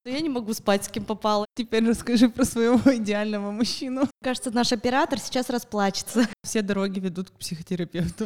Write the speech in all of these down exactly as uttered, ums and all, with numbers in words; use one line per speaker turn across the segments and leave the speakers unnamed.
Я не могу спать, с кем попало.
Теперь расскажи про своего идеального мужчину.
Кажется, наш оператор сейчас расплачется.
Все дороги ведут к психотерапевту.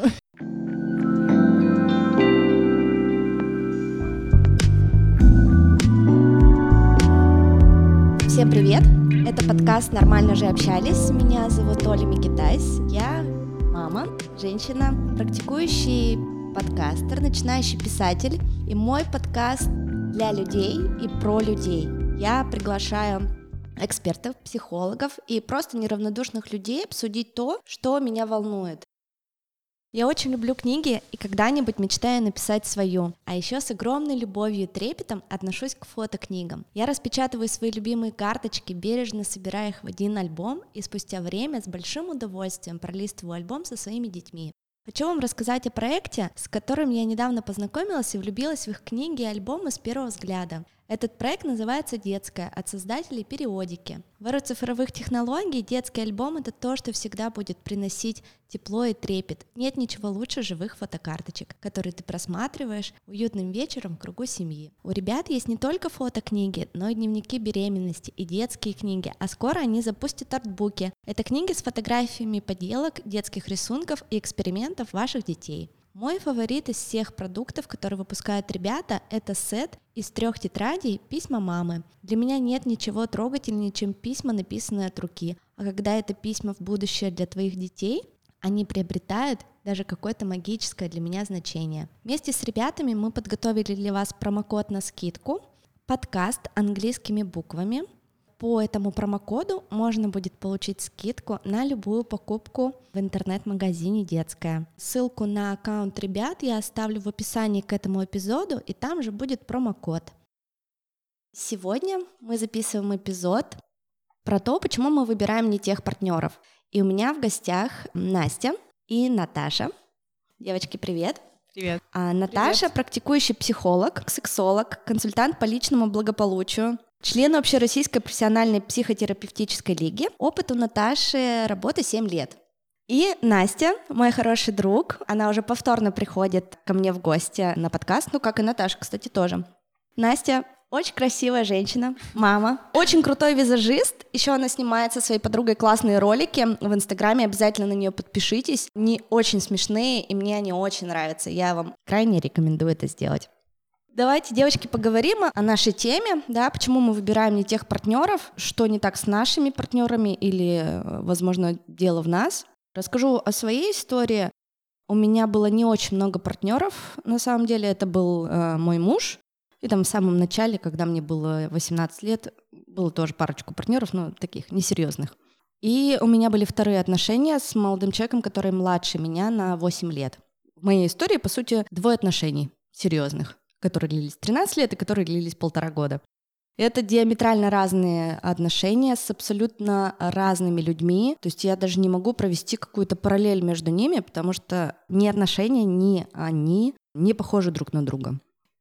Всем привет! Это подкаст «Нормально же общались». Меня зовут Оля Микитайс. Я мама, женщина, практикующий подкастер, начинающий писатель. И мой подкаст для людей и про людей. Я приглашаю экспертов, психологов и просто неравнодушных людей обсудить то, что меня волнует. Я очень люблю книги и когда-нибудь мечтаю написать свою. А еще с огромной любовью и трепетом отношусь к фотокнигам. Я распечатываю свои любимые карточки, бережно собирая их в один альбом и спустя время с большим удовольствием пролистываю альбом со своими детьми. Хочу вам рассказать о проекте, с которым я недавно познакомилась и влюбилась в их книги и альбомы с первого взгляда. Этот проект называется «Детская» от создателей «Периодики». В эру цифровых технологий детский альбом — это то, что всегда будет приносить тепло и трепет. Нет ничего лучше живых фотокарточек, которые ты просматриваешь уютным вечером в кругу семьи. У ребят есть не только фотокниги, но и дневники беременности и детские книги, а скоро они запустят артбуки. Это книги с фотографиями поделок, детских рисунков и экспериментов ваших детей. Мой фаворит из всех продуктов, которые выпускают ребята, это сет из трех тетрадей «Письма мамы». Для меня нет ничего трогательнее, чем письма, написанные от руки. А когда это письма в будущее для твоих детей, они приобретают даже какое-то магическое для меня значение. Вместе с ребятами мы подготовили для вас промокод на скидку, подкаст английскими буквами. По этому промокоду можно будет получить скидку на любую покупку в интернет-магазине «Детская». Ссылку на аккаунт ребят я оставлю в описании к этому эпизоду, и там же будет промокод. Сегодня мы записываем эпизод про то, почему мы выбираем не тех партнеров. И у меня в гостях Настя и Наташа. Девочки, привет!
Привет.
А Наташа —
Привет.
Практикующий психолог, сексолог, консультант по личному благополучию, член Общероссийской профессиональной психотерапевтической лиги. Опыт у Наташи работы семь лет. И Настя, мой хороший друг, она уже повторно приходит ко мне в гости на подкаст, ну как и Наташа, кстати, тоже. Настя очень красивая женщина, мама, очень крутой визажист. Еще она снимает со своей подругой классные ролики в Инстаграме, обязательно на нее подпишитесь. Они очень смешные, и мне они очень нравятся. Я вам крайне рекомендую это сделать. Давайте, девочки, поговорим о нашей теме, да, почему мы выбираем не тех партнеров, что не так с нашими партнерами или, возможно, дело в нас. Расскажу о своей истории. У меня было не очень много партнеров, на самом деле, это был э, мой муж. И там в самом начале, когда мне было восемнадцать лет, было тоже парочку партнеров, но таких несерьезных. И у меня были вторые отношения с молодым человеком, который младше меня на восемь лет. В моей истории, по сути, двое отношений серьезных, которые длились тринадцать лет и которые длились полтора года. Это диаметрально разные отношения с абсолютно разными людьми. То есть я даже не могу провести какую-то параллель между ними, потому что ни отношения, ни они не похожи друг на друга.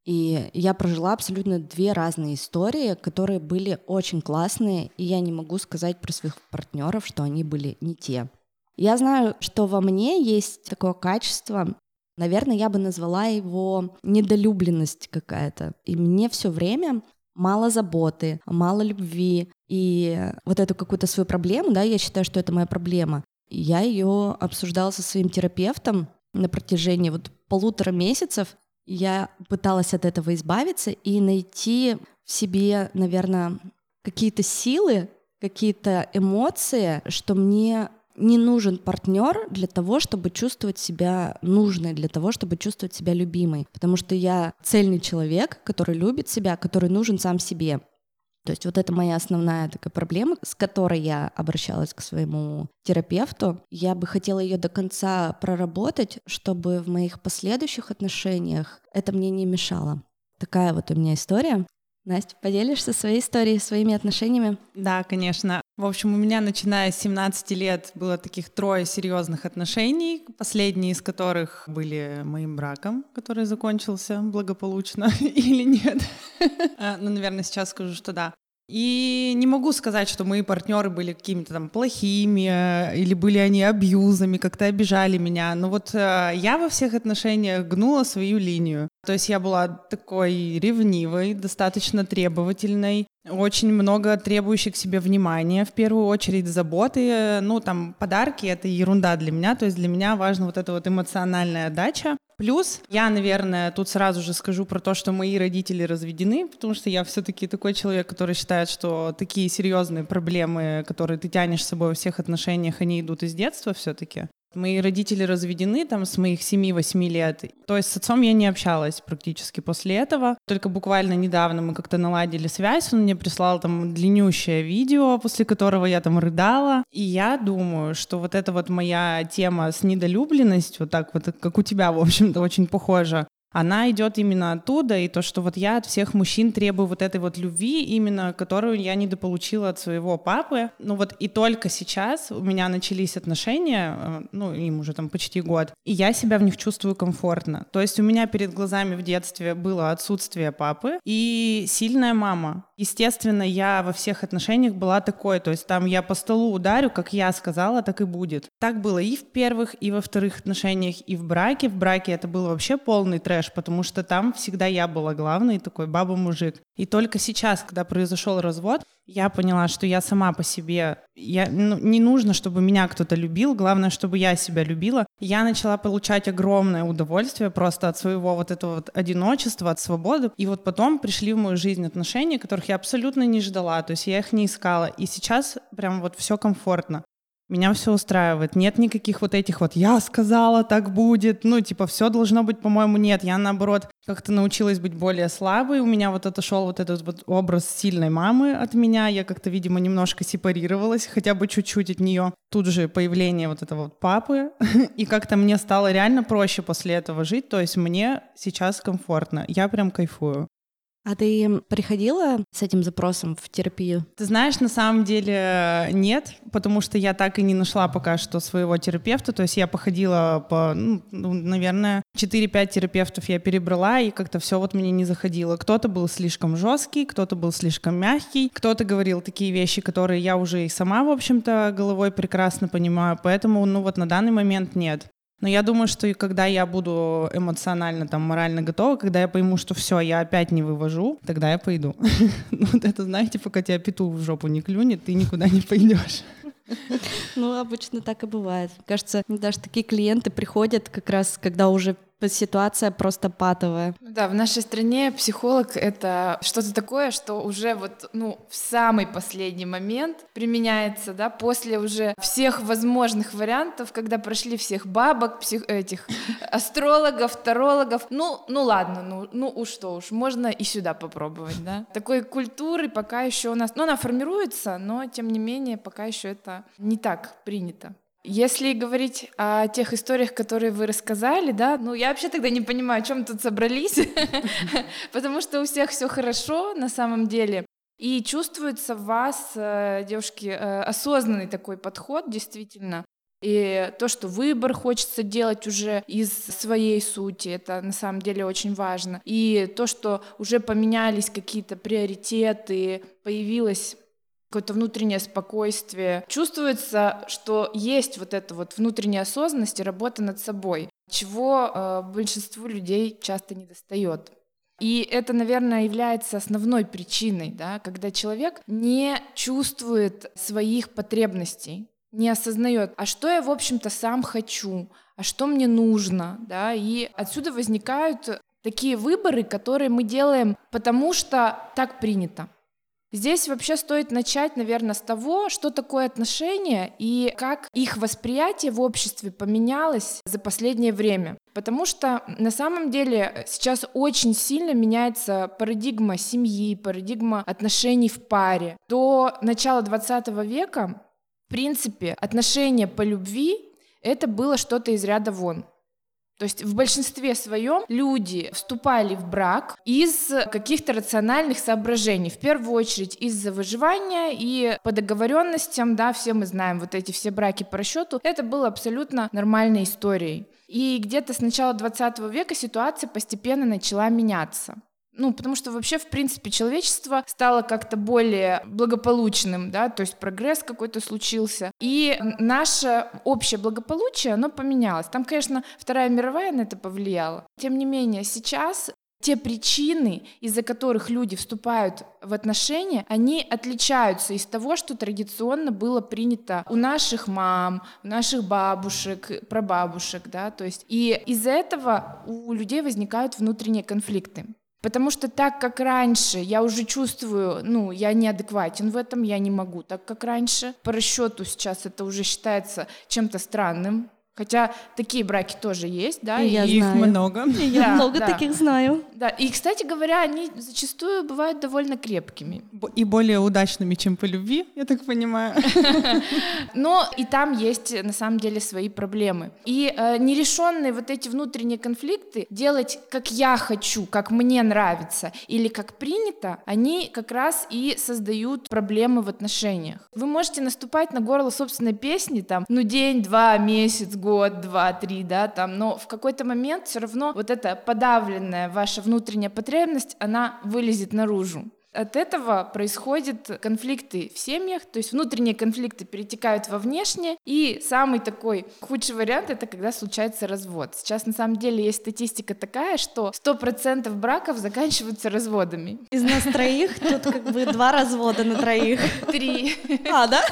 И я прожила абсолютно две разные истории, которые были очень классные, и я не могу сказать про своих партнеров, что они были не те. Я знаю, что во мне есть такое качество, наверное, я бы назвала его недолюбленность какая-то. И мне все время мало заботы, мало любви. И вот эту какую-то свою проблему, да, я считаю, что это моя проблема. И я ее обсуждала со своим терапевтом на протяжении вот полутора месяцев. Я пыталась от этого избавиться и найти в себе, наверное, какие-то силы, какие-то эмоции, что мне не нужен партнер для того, чтобы чувствовать себя нужной, для того, чтобы чувствовать себя любимой. Потому что я цельный человек, который любит себя, который нужен сам себе. То есть вот это моя основная такая проблема, с которой я обращалась к своему терапевту. Я бы хотела ее до конца проработать, чтобы в моих последующих отношениях это мне не мешало. Такая вот у меня история. Настя, поделишься своей историей, своими отношениями?
Да, конечно. В общем, у меня, начиная с семнадцати лет, было таких трое серьезных отношений, последние из которых были моим браком, который закончился благополучно или нет. Ну, наверное, сейчас скажу, что да. И не могу сказать, что мои партнеры были какими-то там плохими, или были они абьюзами, как-то обижали меня. Но вот э, я во всех отношениях гнула свою линию. То есть я была такой ревнивой, достаточно требовательной, очень много требующей к себе внимания, в первую очередь заботы. Ну, там, подарки — это ерунда для меня, то есть для меня важна вот эта вот эмоциональная отдача. Плюс я, наверное, тут сразу же скажу про то, что мои родители разведены, потому что я все-таки такой человек, который считает, что такие серьезные проблемы, которые ты тянешь с собой во всех отношениях, они идут из детства все-таки. Мои родители разведены там с моих семи-восьми лет, то есть с отцом я не общалась практически после этого. Только буквально недавно мы как-то наладили связь, он мне прислал там длиннющее видео, после которого я там рыдала. И я думаю, что вот эта вот моя тема с недолюбленностью, вот так вот, как у тебя, в общем-то, очень похожа, она идет именно оттуда, и то, что вот я от всех мужчин требую вот этой вот любви, именно которую я недополучила от своего папы. Ну вот и только сейчас у меня начались отношения, ну им уже там почти год, и я себя в них чувствую комфортно. То есть у меня перед глазами в детстве было отсутствие папы и сильная мама. Естественно, я во всех отношениях была такой, то есть там я по столу ударю, как я сказала, так и будет. Так было и в первых, и во вторых отношениях, и в браке. В браке это был вообще полный трэш, потому что там всегда я была главной, такой баба-мужик. И только сейчас, когда произошел развод, я поняла, что я сама по себе, я, ну, не нужно, чтобы меня кто-то любил, главное, чтобы я себя любила. Я начала получать огромное удовольствие просто от своего вот этого вот одиночества, от свободы. И вот потом пришли в мою жизнь отношения, которых я абсолютно не ждала, то есть я их не искала. И сейчас прям вот все комфортно. Меня все устраивает. Нет никаких вот этих вот «я сказала, так будет». Ну, типа, все должно быть, по-моему, нет. Я, наоборот, как-то научилась быть более слабой. У меня вот отошел вот этот вот образ сильной мамы от меня. Я как-то, видимо, немножко сепарировалась, хотя бы чуть-чуть от нее. Тут же появление вот этого вот папы. И как-то мне стало реально проще после этого жить. То есть мне сейчас комфортно. Я прям кайфую.
А ты приходила с этим запросом в терапию?
Ты знаешь, на самом деле нет, потому что я так и не нашла пока что своего терапевта. То есть я походила по, ну, наверное, четыре-пять терапевтов я перебрала, и как-то все вот мне не заходило. Кто-то был слишком жесткий, кто-то был слишком мягкий, кто-то говорил такие вещи, которые я уже и сама, в общем-то, головой прекрасно понимаю. Поэтому, ну вот на данный момент нет. Но я думаю, что и когда я буду эмоционально, там, морально готова, когда я пойму, что все, я опять не вывожу, тогда я пойду. Ну, вот это, знаете, пока тебя петух в жопу не клюнет, ты никуда не пойдешь.
Ну, обычно так и бывает. Кажется, даже такие клиенты приходят как раз, когда уже ситуация просто патовая.
Да, в нашей стране психолог — это что-то такое, что уже вот, ну, в самый последний момент применяется, да, после уже всех возможных вариантов, когда прошли всех бабок, псих, этих астрологов, тарологов. Ну, ну ладно, ну, ну уж что уж, можно и сюда попробовать, да. Такой культуры пока еще у нас, ну, она формируется, но тем не менее пока еще это не так принято. Если говорить о тех историях, которые вы рассказали, да, ну я вообще тогда не понимаю, о чем тут собрались, потому что у всех все хорошо на самом деле, и чувствуется в вас, девушки, осознанный такой подход, действительно, и то, что выбор хочется делать уже из своей сути, это на самом деле очень важно, и то, что уже поменялись какие-то приоритеты, появилось какое-то внутреннее спокойствие. Чувствуется, что есть вот эта вот внутренняя осознанность и работа над собой, чего э, большинству людей часто недостает. И это, наверное, является основной причиной, да, когда человек не чувствует своих потребностей, не осознает, а что я, в общем-то, сам хочу, а что мне нужно, да, и отсюда возникают такие выборы, которые мы делаем, потому что так принято. Здесь вообще стоит начать, наверное, с того, что такое отношения и как их восприятие в обществе поменялось за последнее время. Потому что на самом деле сейчас очень сильно меняется парадигма семьи, парадигма отношений в паре. До начала двадцатого века, в принципе, отношения по любви — это было что-то из ряда вон. То есть в большинстве своем люди вступали в брак из каких-то рациональных соображений, в первую очередь из-за выживания и по договоренностям, да, все мы знаем, вот эти все браки по расчету, это было абсолютно нормальной историей. И где-то с начала двадцатого века ситуация постепенно начала меняться. Ну, потому что вообще, в принципе, человечество стало как-то более благополучным, да, то есть прогресс какой-то случился. И наше общее благополучие, оно поменялось. Там, конечно, Вторая мировая на это повлияла. Тем не менее, сейчас те причины, из-за которых люди вступают в отношения, они отличаются из того, что традиционно было принято у наших мам, у наших бабушек, прабабушек, да, то есть. И из-за этого у людей возникают внутренние конфликты. Потому что так, как раньше, я уже чувствую, ну, я неадекватен в этом, я не могу так, как раньше. По расчету сейчас это уже считается чем-то странным. Хотя такие браки тоже есть, да,
и,
и
я
их
знаю.
много.
И я
Да,
много
да.
таких знаю.
Да, и, кстати говоря, они зачастую бывают довольно крепкими.
И более удачными, чем по любви, я так понимаю.
Но и там есть, на самом деле, свои проблемы. И э, нерешенные вот эти внутренние конфликты, делать как я хочу, как мне нравится, или как принято, они как раз и создают проблемы в отношениях. Вы можете наступать на горло собственной песни, там, ну, день, два, месяц, год, два, три, да, там, но в какой-то момент все равно вот эта подавленная ваша внутренняя потребность, она вылезет наружу. От этого происходят конфликты в семьях, то есть внутренние конфликты перетекают во внешние, и самый такой худший вариант — это когда случается развод. Сейчас на самом деле есть статистика такая, что сто процентов браков заканчиваются разводами.
Из нас троих тут как бы два развода на троих.
Три.
А, да?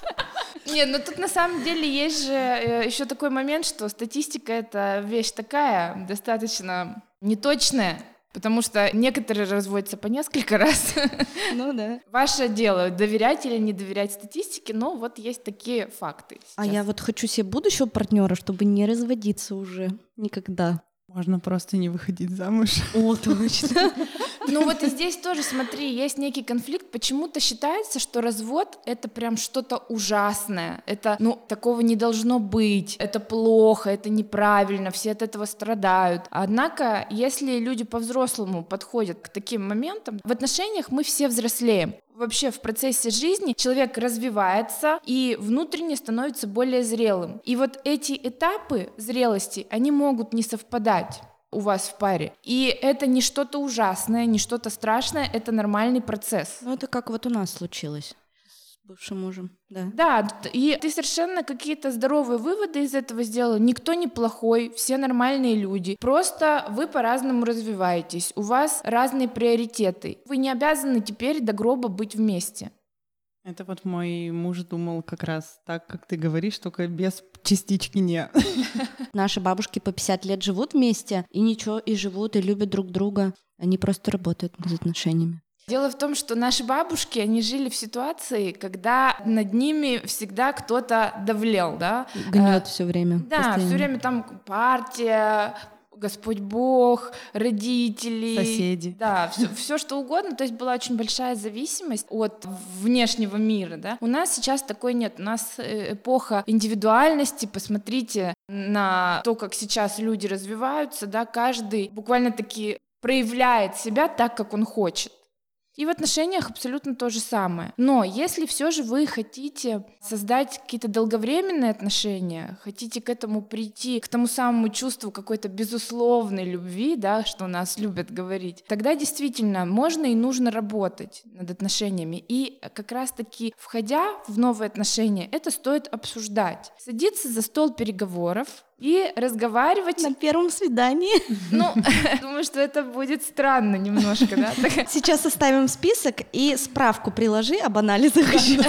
Нет, но тут на самом деле есть же э, еще такой момент, что статистика — это вещь такая, достаточно неточная, потому что некоторые разводятся по несколько раз.
Ну да.
Ваше дело — доверять или не доверять статистике, но вот есть такие факты.
А
сейчас.
я вот хочу себе будущего партнера, чтобы не разводиться уже никогда.
Можно просто не выходить замуж.
О, точно.
Ну вот и здесь тоже, смотри, есть некий конфликт. Почему-то считается, что развод — это прям что-то ужасное. Это, ну, такого не должно быть. Это плохо, это неправильно, все от этого страдают. Однако, если люди по-взрослому подходят к таким моментам, в отношениях мы все взрослеем. Вообще в процессе жизни человек развивается и внутренне становится более зрелым. И вот эти этапы зрелости, они могут не совпадать у вас в паре. И это не что-то ужасное, не что-то страшное, это нормальный процесс.
Ну это как вот у нас случилось с бывшим мужем, да.
Да, и ты совершенно какие-то здоровые выводы из этого сделала. Никто не плохой, все нормальные люди. Просто вы по-разному развиваетесь, у вас разные приоритеты. Вы не обязаны теперь до гроба быть вместе.
Это вот мой муж думал как раз так, как ты говоришь, только без частички «не».
Наши бабушки по пятьдесят лет живут вместе, и ничего, и живут, и любят друг друга. Они просто работают над отношениями.
Дело в том, что наши бабушки, они жили в ситуации, когда над ними всегда кто-то давлел, да?
Гнет все время.
Да,
постоянно.
все время там партия, Господь Бог, родители,
Соседи.
да, все, все что угодно. То есть была очень большая зависимость от внешнего мира, да. У нас сейчас такой нет. У нас эпоха индивидуальности. Посмотрите на то, как сейчас люди развиваются, да. Каждый буквально-таки проявляет себя так, как он хочет. И в отношениях абсолютно то же самое. Но если все же вы хотите создать какие-то долговременные отношения, хотите к этому прийти, к тому самому чувству какой-то безусловной любви, да, что нас любят говорить, тогда действительно можно и нужно работать над отношениями. И как раз-таки, входя в новые отношения, это стоит обсуждать. Садиться за стол переговоров и разговаривать.
На первом свидании.
Ну, думаю, что это будет странно немножко, да?
Сейчас составим список и справку приложи об анализах.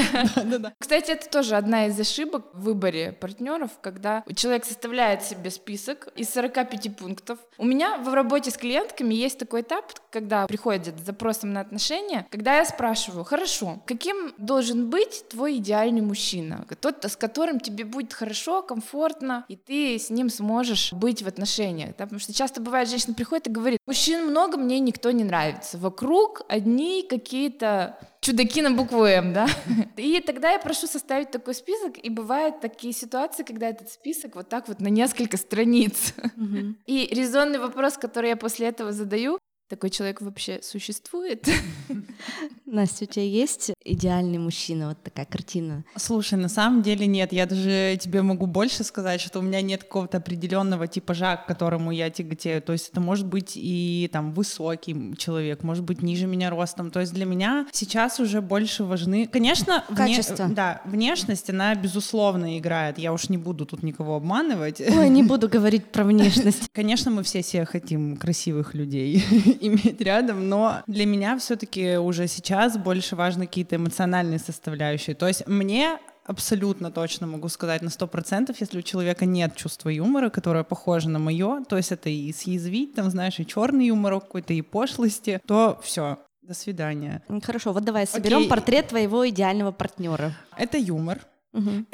Кстати, это тоже одна из ошибок в выборе партнеров, когда человек составляет себе список из сорока пяти пунктов. У меня в работе с клиентками есть такой этап, когда приходят с запросом на отношения, когда я спрашиваю: хорошо, каким должен быть твой идеальный мужчина? Тот, с которым тебе будет хорошо, комфортно, и ты с ним сможешь быть в отношениях. Да? Потому что часто бывает, женщина приходит и говорит: мужчин много, мне никто не нравится. Вокруг одни какие-то чудаки на букву М, да? И тогда я прошу составить такой список, и бывают такие ситуации, когда этот список вот так вот на несколько страниц. И резонный вопрос, который я после этого задаю: такой человек вообще существует?
Настя, у тебя есть идеальный мужчина, вот такая картина?
Слушай, на самом деле нет. Я даже тебе могу больше сказать, что у меня нет какого-то определенного типажа, к которому я тяготею. То есть это может быть и там высокий человек, может быть ниже меня ростом. То есть для меня сейчас уже больше важны, конечно,
качество.
Вне... Да, внешность, она безусловно играет. Я уж не буду тут никого обманывать.
Ой, не буду говорить про внешность.
Конечно, мы все себе хотим красивых людей иметь рядом, но для меня все-таки уже сейчас больше важны какие-то эмоциональные составляющие. То есть мне абсолютно точно могу сказать на сто процентов, если у человека нет чувства юмора, которое похоже на мое, то есть это и съязвить, там, знаешь, и черный юмор какой-то, и пошлости, то все. До свидания.
Хорошо, вот давай соберем Окей. портрет твоего идеального партнера.
Это юмор,
угу.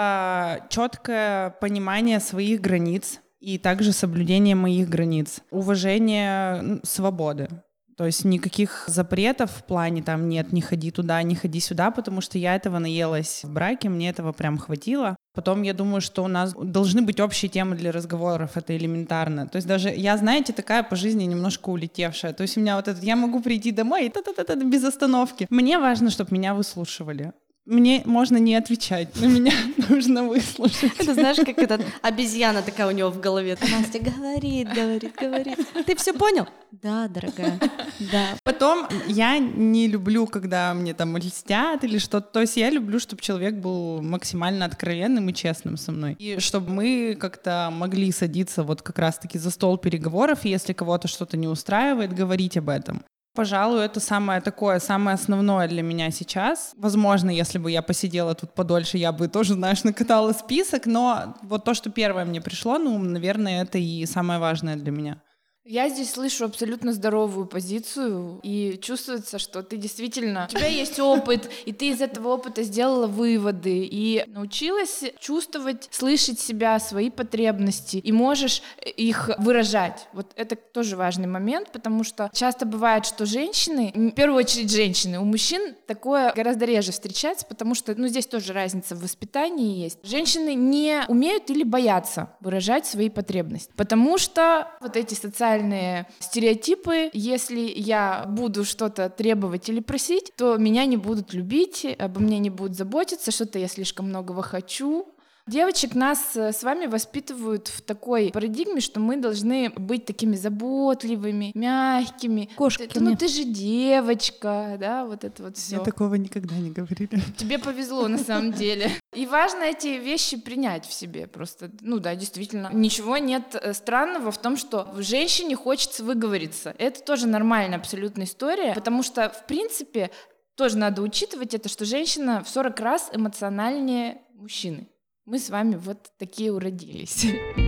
это четкое понимание своих границ и также соблюдение моих границ, уважение свободы. То есть никаких запретов в плане там нет, не ходи туда, не ходи сюда, потому что я этого наелась в браке, мне этого прям хватило. Потом я думаю, что у нас должны быть общие темы для разговоров, это элементарно. То есть даже я, знаете, такая по жизни немножко улетевшая. То есть у меня вот этот, я могу прийти домой и та-та-та-та без остановки. Мне важно, чтобы меня выслушивали. Мне можно не отвечать, но меня нужно выслушать.
Это знаешь, как эта обезьяна такая у него в голове. Настя говорит, говорит, говорит. Ты все понял? Да, дорогая, да.
Потом я не люблю, когда мне там льстят или что-то. То есть я люблю, чтобы человек был максимально откровенным и честным со мной. И чтобы мы как-то могли садиться вот как раз-таки за стол переговоров, и если кого-то что-то не устраивает, говорить об этом. Пожалуй, это самое такое, самое основное для меня сейчас. Возможно, если бы я посидела тут подольше, я бы тоже, знаешь, накатала список, но вот то, что первое мне пришло, ну, наверное, это и самое важное для меня.
Я здесь слышу абсолютно здоровую позицию, и чувствуется, что ты действительно, у тебя есть опыт, и ты из этого опыта сделала выводы, и научилась чувствовать, слышать себя, свои потребности, и можешь их выражать. Вот это тоже важный момент, потому что часто бывает, что женщины, в первую очередь женщины, у мужчин такое гораздо реже встречается, потому что, ну, здесь тоже разница в воспитании есть. Женщины не умеют или боятся выражать свои потребности, потому что вот эти социальные стереотипы, если я буду что-то требовать или просить, то меня не будут любить, обо мне не будут заботиться, что-то я слишком многого хочу. Девочек нас с вами воспитывают в такой парадигме, что мы должны быть такими заботливыми, мягкими.
Кошками.
Ты, ну ты же девочка, да, вот это вот все.
Мне такого никогда не говорили.
Тебе повезло на самом деле. И важно эти вещи принять в себе просто. Ну да, действительно. Ничего нет странного в том, что женщине хочется выговориться. Это тоже нормальная абсолютная история, потому что, в принципе, тоже надо учитывать это, что женщина в сорок раз эмоциональнее мужчины. Мы с вами вот такие уродились.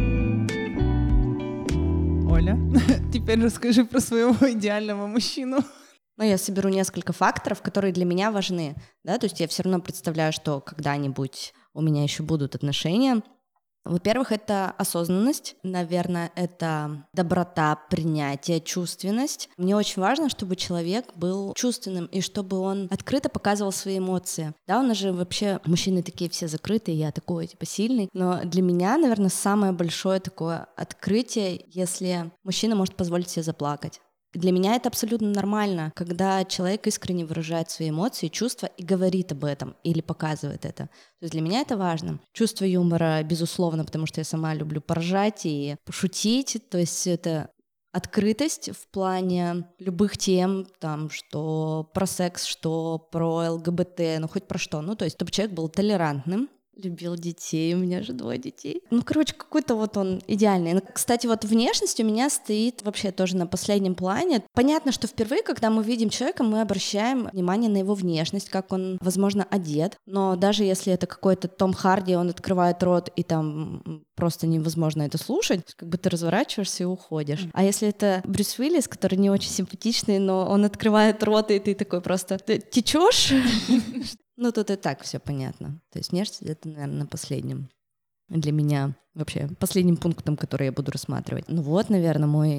Оля, теперь расскажи про своего идеального мужчину.
Ну, я соберу несколько факторов, которые для меня важны, да, то есть я все равно представляю, что когда-нибудь у меня еще будут отношения. Во-первых, это осознанность, наверное, это доброта, принятие, чувственность. Мне очень важно, чтобы человек был чувственным и чтобы он открыто показывал свои эмоции. Да, у нас же вообще мужчины такие все закрытые, я такой, типа, сильный. Но для меня, наверное, самое большое такое открытие, если мужчина может позволить себе заплакать. Для меня это абсолютно нормально, когда человек искренне выражает свои эмоции, чувства и говорит об этом или показывает это. То есть для меня это важно. Чувство юмора, безусловно, потому что я сама люблю поржать и пошутить. То есть это открытость в плане любых тем, там, что про секс, что про ЛГБТ, ну хоть про что. Ну то есть чтобы человек был толерантным, любил детей, у меня же двое детей. Ну, короче, какой-то вот он идеальный. Кстати, вот внешность у меня стоит вообще тоже на последнем плане. Понятно, что впервые, когда мы видим человека, мы обращаем внимание на его внешность, как он, возможно, одет. Но даже если это какой-то Том Харди, он открывает рот, и там просто невозможно это слушать, как бы ты разворачиваешься и уходишь. А если это Брюс Уиллис, который не очень симпатичный, но он открывает рот, и ты такой просто течешь. Ну, тут и так все понятно. То есть внешность — это, наверное, на последнем. Для меня вообще последним пунктом, который я буду рассматривать. Ну вот, наверное, мой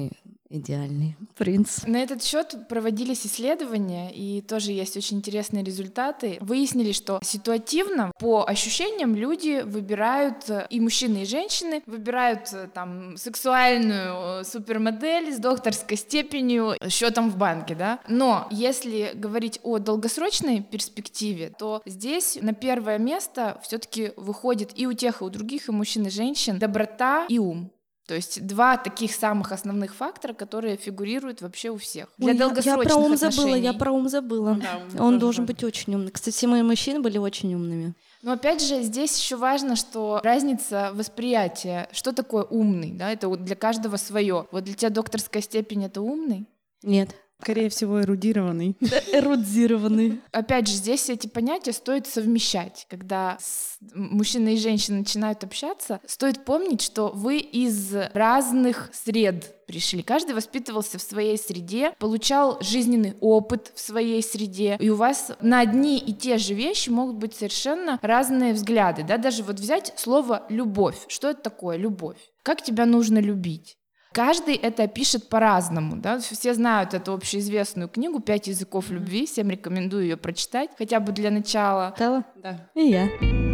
Идеальный принц.
На этот счет проводились исследования, и тоже есть очень интересные результаты. Выяснили, что ситуативно, по ощущениям, люди выбирают, и мужчины, и женщины, выбирают там сексуальную супермодель с докторской степенью, счетом в банке, да. Но если говорить о долгосрочной перспективе, то здесь на первое место все-таки выходит и у тех, и у других, и мужчин, и женщин доброта и ум. То есть два таких самых основных фактора, которые фигурируют вообще у всех. Для
Ой,
долгосрочных
я про ум
отношений.
забыла, я про ум забыла.
Да,
Он должен быть очень умный. Кстати, все мои мужчины были очень умными.
Но опять же, здесь еще важно, что разница восприятия. Что такое умный? Да? Это вот для каждого свое. Вот для тебя докторская степень — это умный?
Нет.
Скорее всего, эрудированный.
Эрудированный.
Опять же, здесь эти понятия стоит совмещать. Когда мужчина и женщина начинают общаться, стоит помнить, что вы из разных сред пришли. Каждый воспитывался в своей среде, получал жизненный опыт в своей среде, и у вас на одни и те же вещи могут быть совершенно разные взгляды. Да? Даже вот взять слово «любовь». Что это такое любовь? Как тебя нужно любить? Каждый это опишет по-разному, да? Все знают эту общеизвестную книгу «Пять языков любви», всем рекомендую ее прочитать, хотя бы для начала.
Читала?
Да.
И я.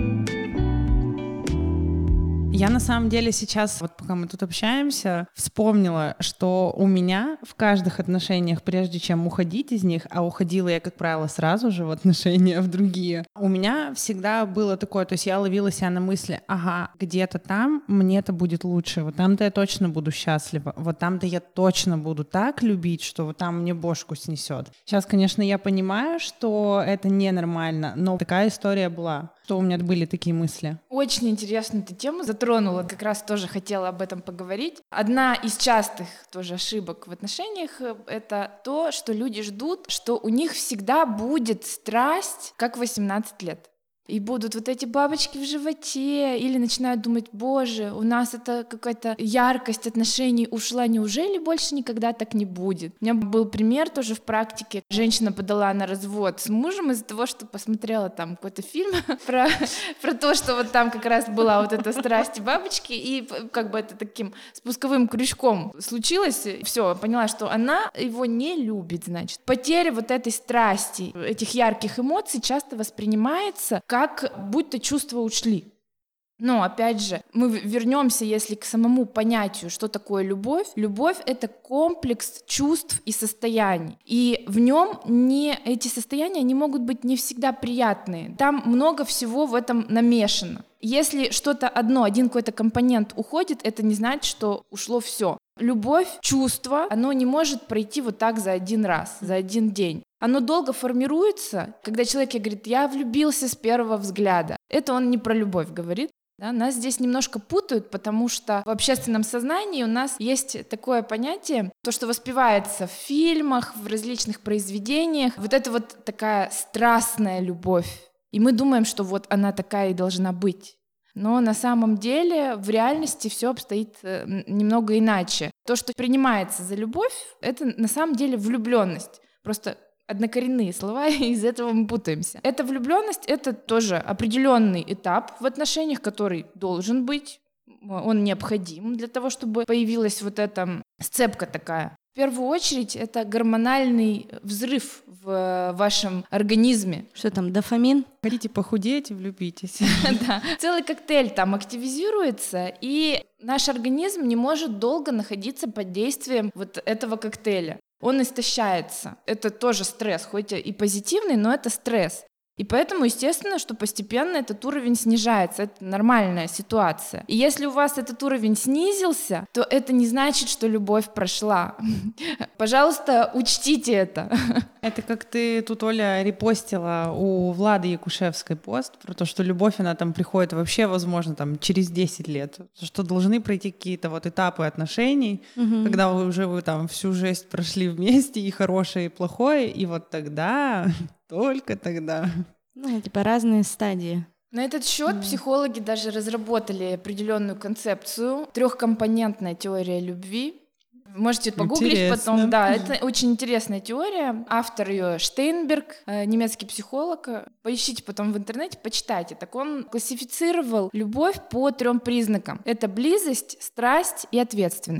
Я на самом деле сейчас, вот пока мы тут общаемся, вспомнила, что у меня в каждых отношениях, прежде чем уходить из них, а уходила я, как правило, сразу же в отношения в другие, у меня всегда было такое, то есть я ловила себя на мысли, ага, где-то там мне-то будет лучше, вот там-то я точно буду счастлива, вот там-то я точно буду так любить, что вот там мне бошку снесет. Сейчас, конечно, я понимаю, что это ненормально, но такая история была. Что у меня были такие мысли.
Очень интересную ты тему затронула, как раз тоже хотела об этом поговорить. Одна из частых тоже ошибок в отношениях — это то, что люди ждут, что у них всегда будет страсть, как в восемнадцать лет. И будут вот эти бабочки в животе, или начинают думать: боже, у нас это какая-то яркость отношений ушла, неужели больше никогда так не будет? У меня был пример тоже в практике. Женщина подала на развод с мужем из-за того, что посмотрела там какой-то фильм про, про то, что вот там как раз была вот эта страсть и бабочки, и как бы это таким спусковым крючком случилось. Все, поняла, что она его не любит, значит. Потеря вот этой страсти, этих ярких эмоций часто воспринимается как будто чувства ушли. Но, опять же, мы вернемся, если к самому понятию, что такое любовь. Любовь — это комплекс чувств и состояний. И в нем не, эти состояния, они могут быть не всегда приятные. Там много всего в этом намешано. Если что-то одно, один какой-то компонент уходит, это не значит, что ушло все. Любовь, чувство, оно не может пройти вот так за один раз, за один день. Оно долго формируется, когда человек говорит: я влюбился с первого взгляда. Это он не про любовь говорит. Да? Нас здесь немножко путают, потому что в общественном сознании у нас есть такое понятие, то, что воспевается в фильмах, в различных произведениях, вот это вот такая страстная любовь. И мы думаем, что вот она такая и должна быть. Но на самом деле в реальности все обстоит немного иначе. То, что принимается за любовь, это на самом деле влюбленность. Просто однокоренные слова, и из этого мы путаемся. Эта влюбленность — это тоже определенный этап в отношениях, который должен быть, он необходим для того, чтобы появилась вот эта сцепка такая. В первую очередь это гормональный взрыв в вашем организме.
Что там, дофамин?
Хотите похудеть, влюбитесь.
Да. Целый коктейль там активизируется, и наш организм не может долго находиться под действием вот этого коктейля. Он истощается. Это тоже стресс, хоть и позитивный, но это стресс. И поэтому, естественно, что постепенно этот уровень снижается. Это нормальная ситуация. И если у вас этот уровень снизился, то это не значит, что любовь прошла. Пожалуйста, учтите это.
Это как ты тут, Оля, репостила у Влады Якушевской пост про то, что любовь, она там приходит вообще, возможно, там через десять лет. Что должны пройти какие-то вот этапы отношений, угу. когда вы уже вы там всю жизнь прошли вместе, и хорошее, и плохое, и вот тогда... Только тогда.
Ну, типа разные стадии.
На этот счет mm. психологи даже разработали определенную концепцию. Трехкомпонентная теория любви. Можете погуглить Интересно. Потом. Да, это очень интересная теория. Автор ее Штейнберг, немецкий психолог. Поищите потом в интернете, почитайте. Так он классифицировал любовь по трем признакам. Это близость, страсть и ответственность.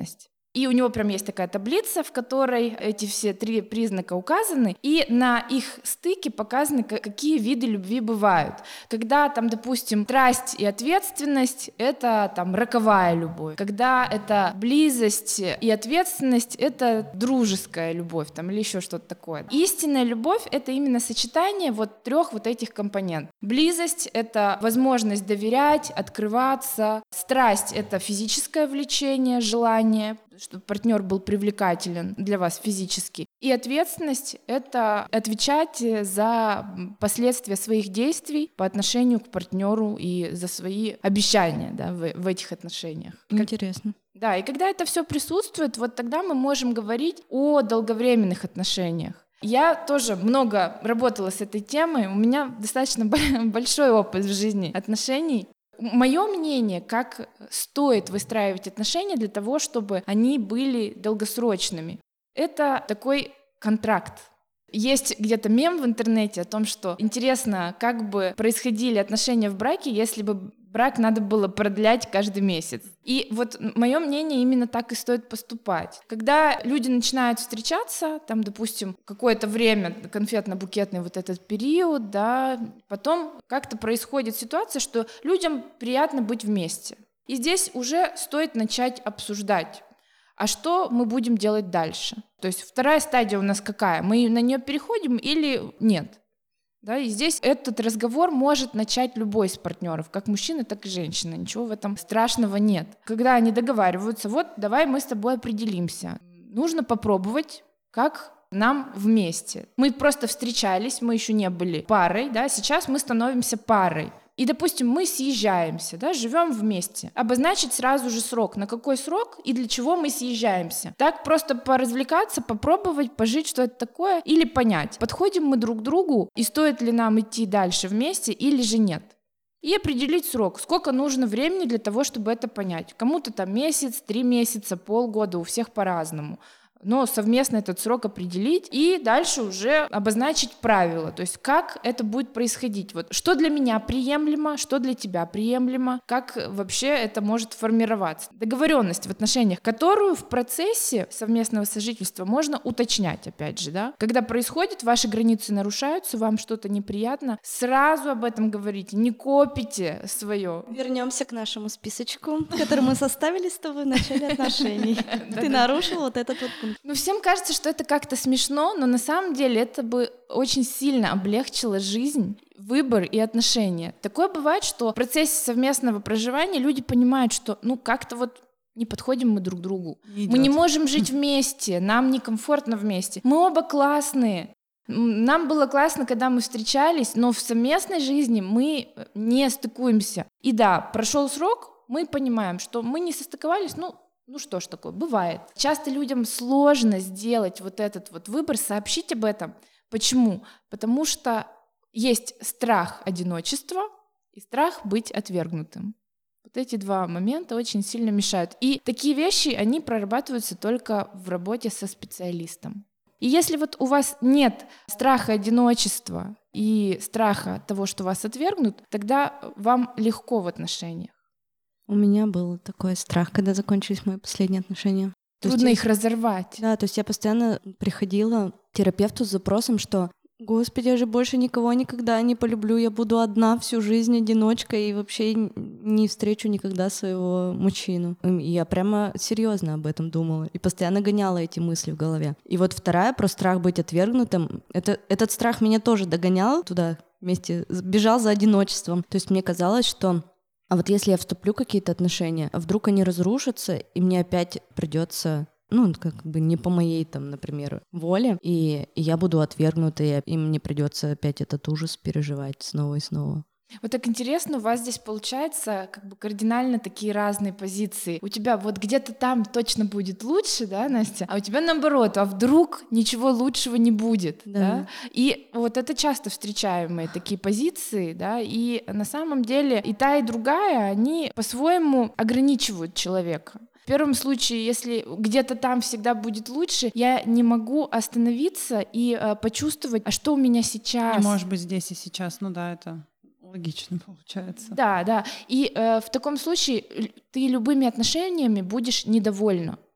И у него прям есть такая таблица, в которой эти все три признака указаны, и на их стыке показаны, какие виды любви бывают. Когда там, допустим, страсть и ответственность — это там роковая любовь. Когда это близость и ответственность — это дружеская любовь там, или еще что-то такое. Истинная любовь — это именно сочетание вот трех вот этих компонентов. Близость — это возможность доверять, открываться. Страсть — это физическое влечение, желание, чтобы партнер был привлекателен для вас физически. И ответственность — это отвечать за последствия своих действий по отношению к партнеру и за свои обещания, да, в, в этих отношениях.
Интересно.
Как, да, и когда это все присутствует, вот тогда мы можем говорить о долговременных отношениях. Я тоже много работала с этой темой, у меня достаточно большой опыт в жизни отношений. Мое мнение, как стоит выстраивать отношения для того, чтобы они были долгосрочными. Это такой контракт. Есть где-то мем в интернете о том, что интересно, как бы происходили отношения в браке, если бы брак надо было продлять каждый месяц. И вот мое мнение, именно так и стоит поступать. Когда люди начинают встречаться, там, допустим, какое-то время, конфетно-букетный вот этот период, да, потом как-то происходит ситуация, что людям приятно быть вместе. И здесь уже стоит начать обсуждать, а что мы будем делать дальше. То есть вторая стадия у нас какая? Мы на нее переходим или нет? Да, и здесь этот разговор может начать любой из партнеров, как мужчина, так и женщина. Ничего в этом страшного нет. Когда они договариваются, вот давай мы с тобой определимся. Нужно попробовать, как нам вместе. Мы просто встречались, мы еще не были парой, да, сейчас мы становимся парой. И, допустим, мы съезжаемся, да, живем вместе. Обозначить сразу же срок, на какой срок и для чего мы съезжаемся. Так просто поразвлекаться, попробовать, пожить, что это такое, или понять, подходим мы друг к другу, и стоит ли нам идти дальше вместе или же нет. И определить срок, сколько нужно времени для того, чтобы это понять. Кому-то там месяц, три месяца, полгода, у всех по-разному. Но совместно этот срок определить и дальше уже обозначить правила, то есть как это будет происходить. Вот что для меня приемлемо, что для тебя приемлемо, как вообще это может формироваться. Договоренность в отношениях, которую в процессе совместного сожительства можно уточнять, опять же, да. Когда происходит, ваши границы нарушаются, вам что-то неприятно, сразу об этом говорите, не копите свое.
Вернемся к нашему списочку, который мы составили с тобой в начале отношений. Ты нарушил вот этот вот пункт.
Ну, всем кажется, что это как-то смешно, но на самом деле это бы очень сильно облегчило жизнь, выбор и отношения. Такое бывает, что в процессе совместного проживания люди понимают, что ну как-то вот не подходим мы друг к другу. Не мы не можем жить вместе, нам некомфортно вместе. Мы оба классные. Нам было классно, когда мы встречались, но в совместной жизни мы не стыкуемся. И да, прошел срок, мы понимаем, что мы не состыковались, ну, Ну что ж такое, бывает. Часто людям сложно сделать вот этот вот выбор, сообщить об этом. Почему? Потому что есть страх одиночества и страх быть отвергнутым. Вот эти два момента очень сильно мешают. И такие вещи, они прорабатываются только в работе со специалистом. И если вот у вас нет страха одиночества и страха того, что вас отвергнут, тогда вам легко в отношениях.
У меня был такой страх, когда закончились мои последние отношения.
Трудно их разорвать.
Да, то есть я постоянно приходила к терапевту с запросом, что «Господи, я же больше никого никогда не полюблю, я буду одна всю жизнь, одиночка, и вообще не встречу никогда своего мужчину». И я прямо серьезно об этом думала и постоянно гоняла эти мысли в голове. И вот вторая, про страх быть отвергнутым, это, этот страх меня тоже догонял туда вместе, бежал за одиночеством. То есть мне казалось, что а вот если я вступлю в какие-то отношения, а вдруг они разрушатся, и мне опять придется, ну, как бы не по моей, там, например, воле, и, и я буду отвергнута, и, и мне придется опять этот ужас переживать снова и снова.
Вот так интересно, у вас здесь получается как бы кардинально такие разные позиции. У тебя вот где-то там точно будет лучше, да, Настя? А у тебя наоборот, а вдруг ничего лучшего не будет, да? да? И вот это часто встречаемые такие позиции, да, и на самом деле и та, и другая, они по-своему ограничивают человека. В первом случае, если где-то там всегда будет лучше, я не могу остановиться и э, почувствовать, а что у меня сейчас.
Не может быть здесь и сейчас, ну да, это... логично получается.
Да, да. И э, в таком случае ты любыми отношениями будешь недовольна.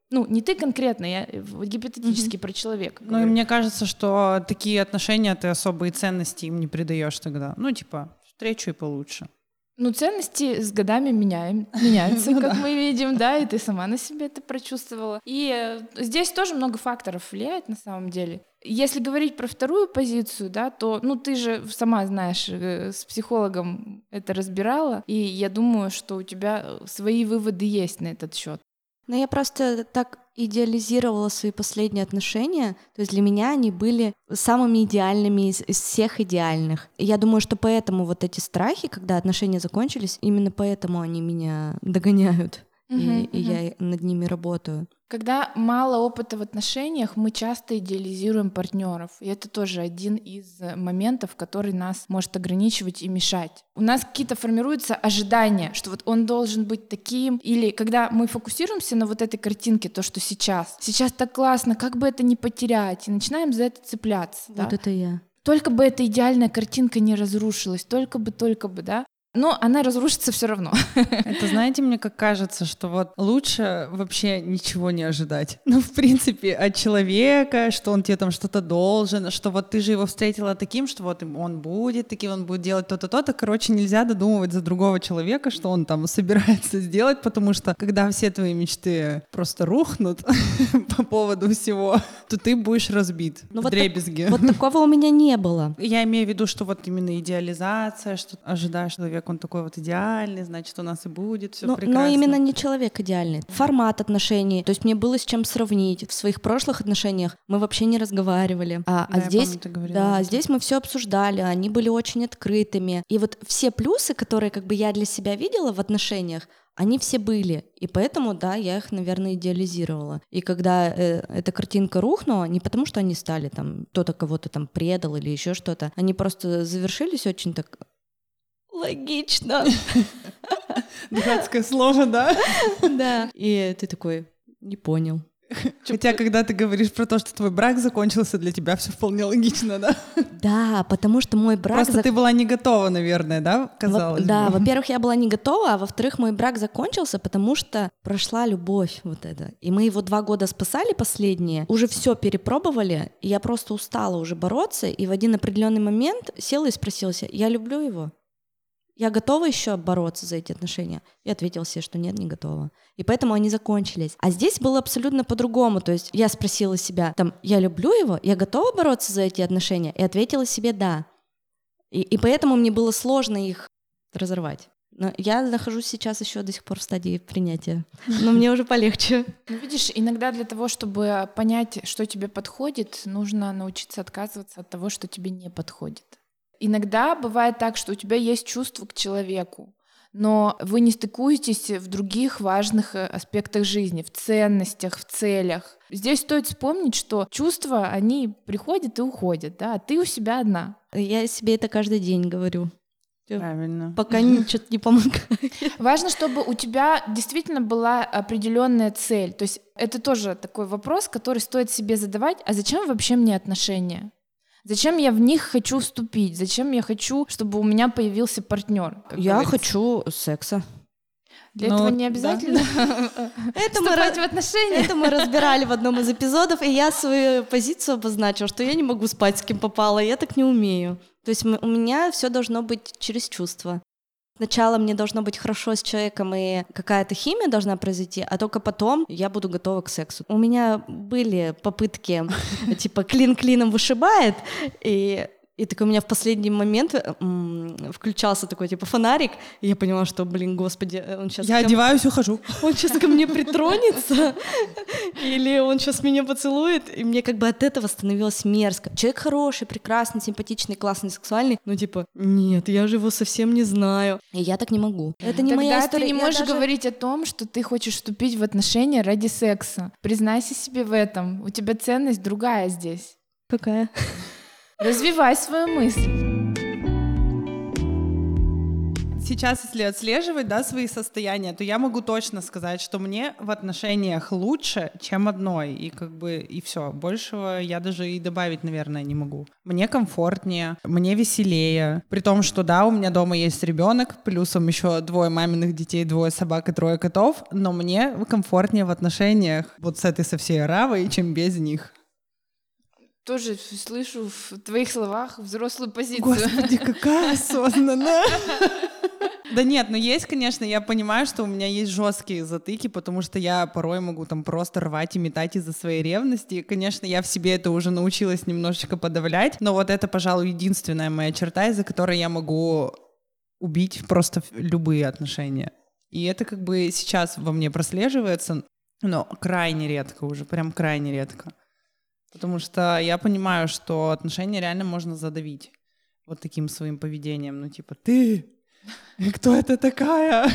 Ну, не ты конкретно, я гипотетически mm-hmm. про человека.
Ну, и мне кажется, что такие отношения ты особые ценности им не придаешь тогда. Ну, типа, встречу и получше.
Ну, ценности с годами меняем, меняются, как мы видим, да, и ты сама на себе это прочувствовала. И здесь тоже много факторов влияет на самом деле. Если говорить про вторую позицию, да, то, ну, ты же сама знаешь, с психологом это разбирала, и я думаю, что у тебя свои выводы есть на этот счет.
Но я просто так идеализировала свои последние отношения, то есть для меня они были самыми идеальными из, из всех идеальных. И я думаю, что поэтому вот эти страхи, когда отношения закончились, именно поэтому они меня догоняют, uh-huh, и, uh-huh. и я над ними работаю.
Когда мало опыта в отношениях, мы часто идеализируем партнеров. И это тоже один из моментов, который нас может ограничивать и мешать. У нас какие-то формируются ожидания, что вот он должен быть таким. Или когда мы фокусируемся на вот этой картинке, то, что сейчас. Сейчас так классно, как бы это не потерять. И начинаем за это цепляться.
Вот да? Это я.
Только бы эта идеальная картинка не разрушилась, только бы, только бы, да. Но она разрушится все равно.
Это, знаете, мне как кажется, что вот лучше вообще ничего не ожидать. Ну, в принципе, от человека, что он тебе там что-то должен, что вот ты же его встретила таким, что вот он будет таким, он будет делать то-то, то-то. Короче, нельзя додумывать за другого человека, что он там собирается сделать, потому что когда все твои мечты просто рухнут по поводу всего, то ты будешь разбит
ну,
в дребезги.
Вот, так, вот такого у меня не было.
Я имею в виду, что вот именно идеализация, что ожидаешь человека, он такой вот идеальный, значит, у нас и будет все прекрасно.
Но именно не человек идеальный. Формат отношений. То есть мне было с чем сравнить. В своих прошлых отношениях мы вообще не разговаривали. А,
да,
а здесь,
помню, ты говорила,
да, здесь мы все обсуждали. Они были очень открытыми. И вот все плюсы, которые как бы я для себя видела в отношениях, они все были, и поэтому, да, я их, наверное, идеализировала. И когда э, эта картинка рухнула, не потому что они стали там, кто-то кого-то там предал или еще что-то, они просто завершились очень так логично.
Дурацкое слово, да?
Да. И ты такой, не понял.
Хотя, когда ты говоришь про то, что твой брак закончился, для тебя все вполне логично, да?
Да, потому что мой брак...
Просто
зак...
ты была не готова, наверное, да, казалось
Во... Да,
бы.
во-первых, я была не готова, а во-вторых, мой брак закончился, потому что прошла любовь вот эта. И мы его два года спасали последние, уже все перепробовали, и я просто устала уже бороться, и в один определенный момент села и спросила себя, я люблю его? Я готова еще бороться за эти отношения? И ответила себе, что нет, не готова. И поэтому они закончились. А здесь было абсолютно по-другому. То есть я спросила себя, там, я люблю его, я готова бороться за эти отношения? И ответила себе да. И, и поэтому мне было сложно их разорвать. Но я нахожусь сейчас еще до сих пор в стадии принятия. Но мне уже полегче.
Ну, видишь, иногда для того, чтобы понять, что тебе подходит, нужно научиться отказываться от того, что тебе не подходит. Иногда бывает так, что у тебя есть чувство к человеку, но вы не стыкуетесь в других важных аспектах жизни, в ценностях, в целях. Здесь стоит вспомнить, что чувства, они приходят и уходят, да, а ты у себя одна.
Я себе это каждый день говорю.
Правильно.
Пока ничего не помогает.
Важно, чтобы у тебя действительно была определенная цель. То есть это тоже такой вопрос, который стоит себе задавать. А зачем вообще мне отношения? Зачем я в них хочу вступить? Зачем я хочу, чтобы у меня появился партнер?
Я говорится? Хочу секса.
Для Но, этого не обязательно
да.
вступать в отношения.
Это мы разбирали в одном из эпизодов, и я свою позицию обозначила, что я не могу спать с кем попало, я так не умею. То есть у меня все должно быть через чувства. Сначала мне должно быть хорошо с человеком, и какая-то химия должна произойти, а только потом я буду готова к сексу. У меня были попытки, типа, клин клином вышибает, и... И такой у меня в последний момент м- включался такой, типа, фонарик, и я поняла, что, блин, господи, он сейчас...
Я одеваюсь, ко... ухожу.
Он сейчас ко мне притронется, или он сейчас меня поцелует, и мне как бы от этого становилось мерзко. Человек хороший, прекрасный, симпатичный, классный, сексуальный, но типа, нет, я же его совсем не знаю. И я так не могу. Это не
Тогда
моя история.
Ты не можешь даже... говорить о том, что ты хочешь вступить в отношения ради секса. Признайся себе в этом. У тебя ценность другая здесь.
Какая?
Развивай свою мысль.
сейчас, если отслеживать, да, свои состояния, то я могу точно сказать, что мне в отношениях лучше, чем одной, и как бы, и все. Большего я даже и добавить, наверное, не могу. Мне комфортнее, мне веселее, при том, что, да, у меня дома есть ребенок, плюсом еще двое маминых детей, двое собак и трое котов, но мне комфортнее в отношениях вот с этой со всей оравой, чем без них.
Тоже слышу в твоих словах взрослую позицию.
Господи, какая осознанная. Да нет, ну есть, конечно, я понимаю, что у меня есть жесткие затыки, потому что я порой могу там просто рвать и метать из-за своей ревности. И, конечно, я в себе это уже научилась немножечко подавлять, но вот это, пожалуй, единственная моя черта, из-за которой я могу убить просто любые отношения. И это как бы сейчас во мне прослеживается, но крайне редко уже, прям крайне редко. Потому что я понимаю, что отношения реально можно задавить вот таким своим поведением. Ну типа, ты, кто это такая?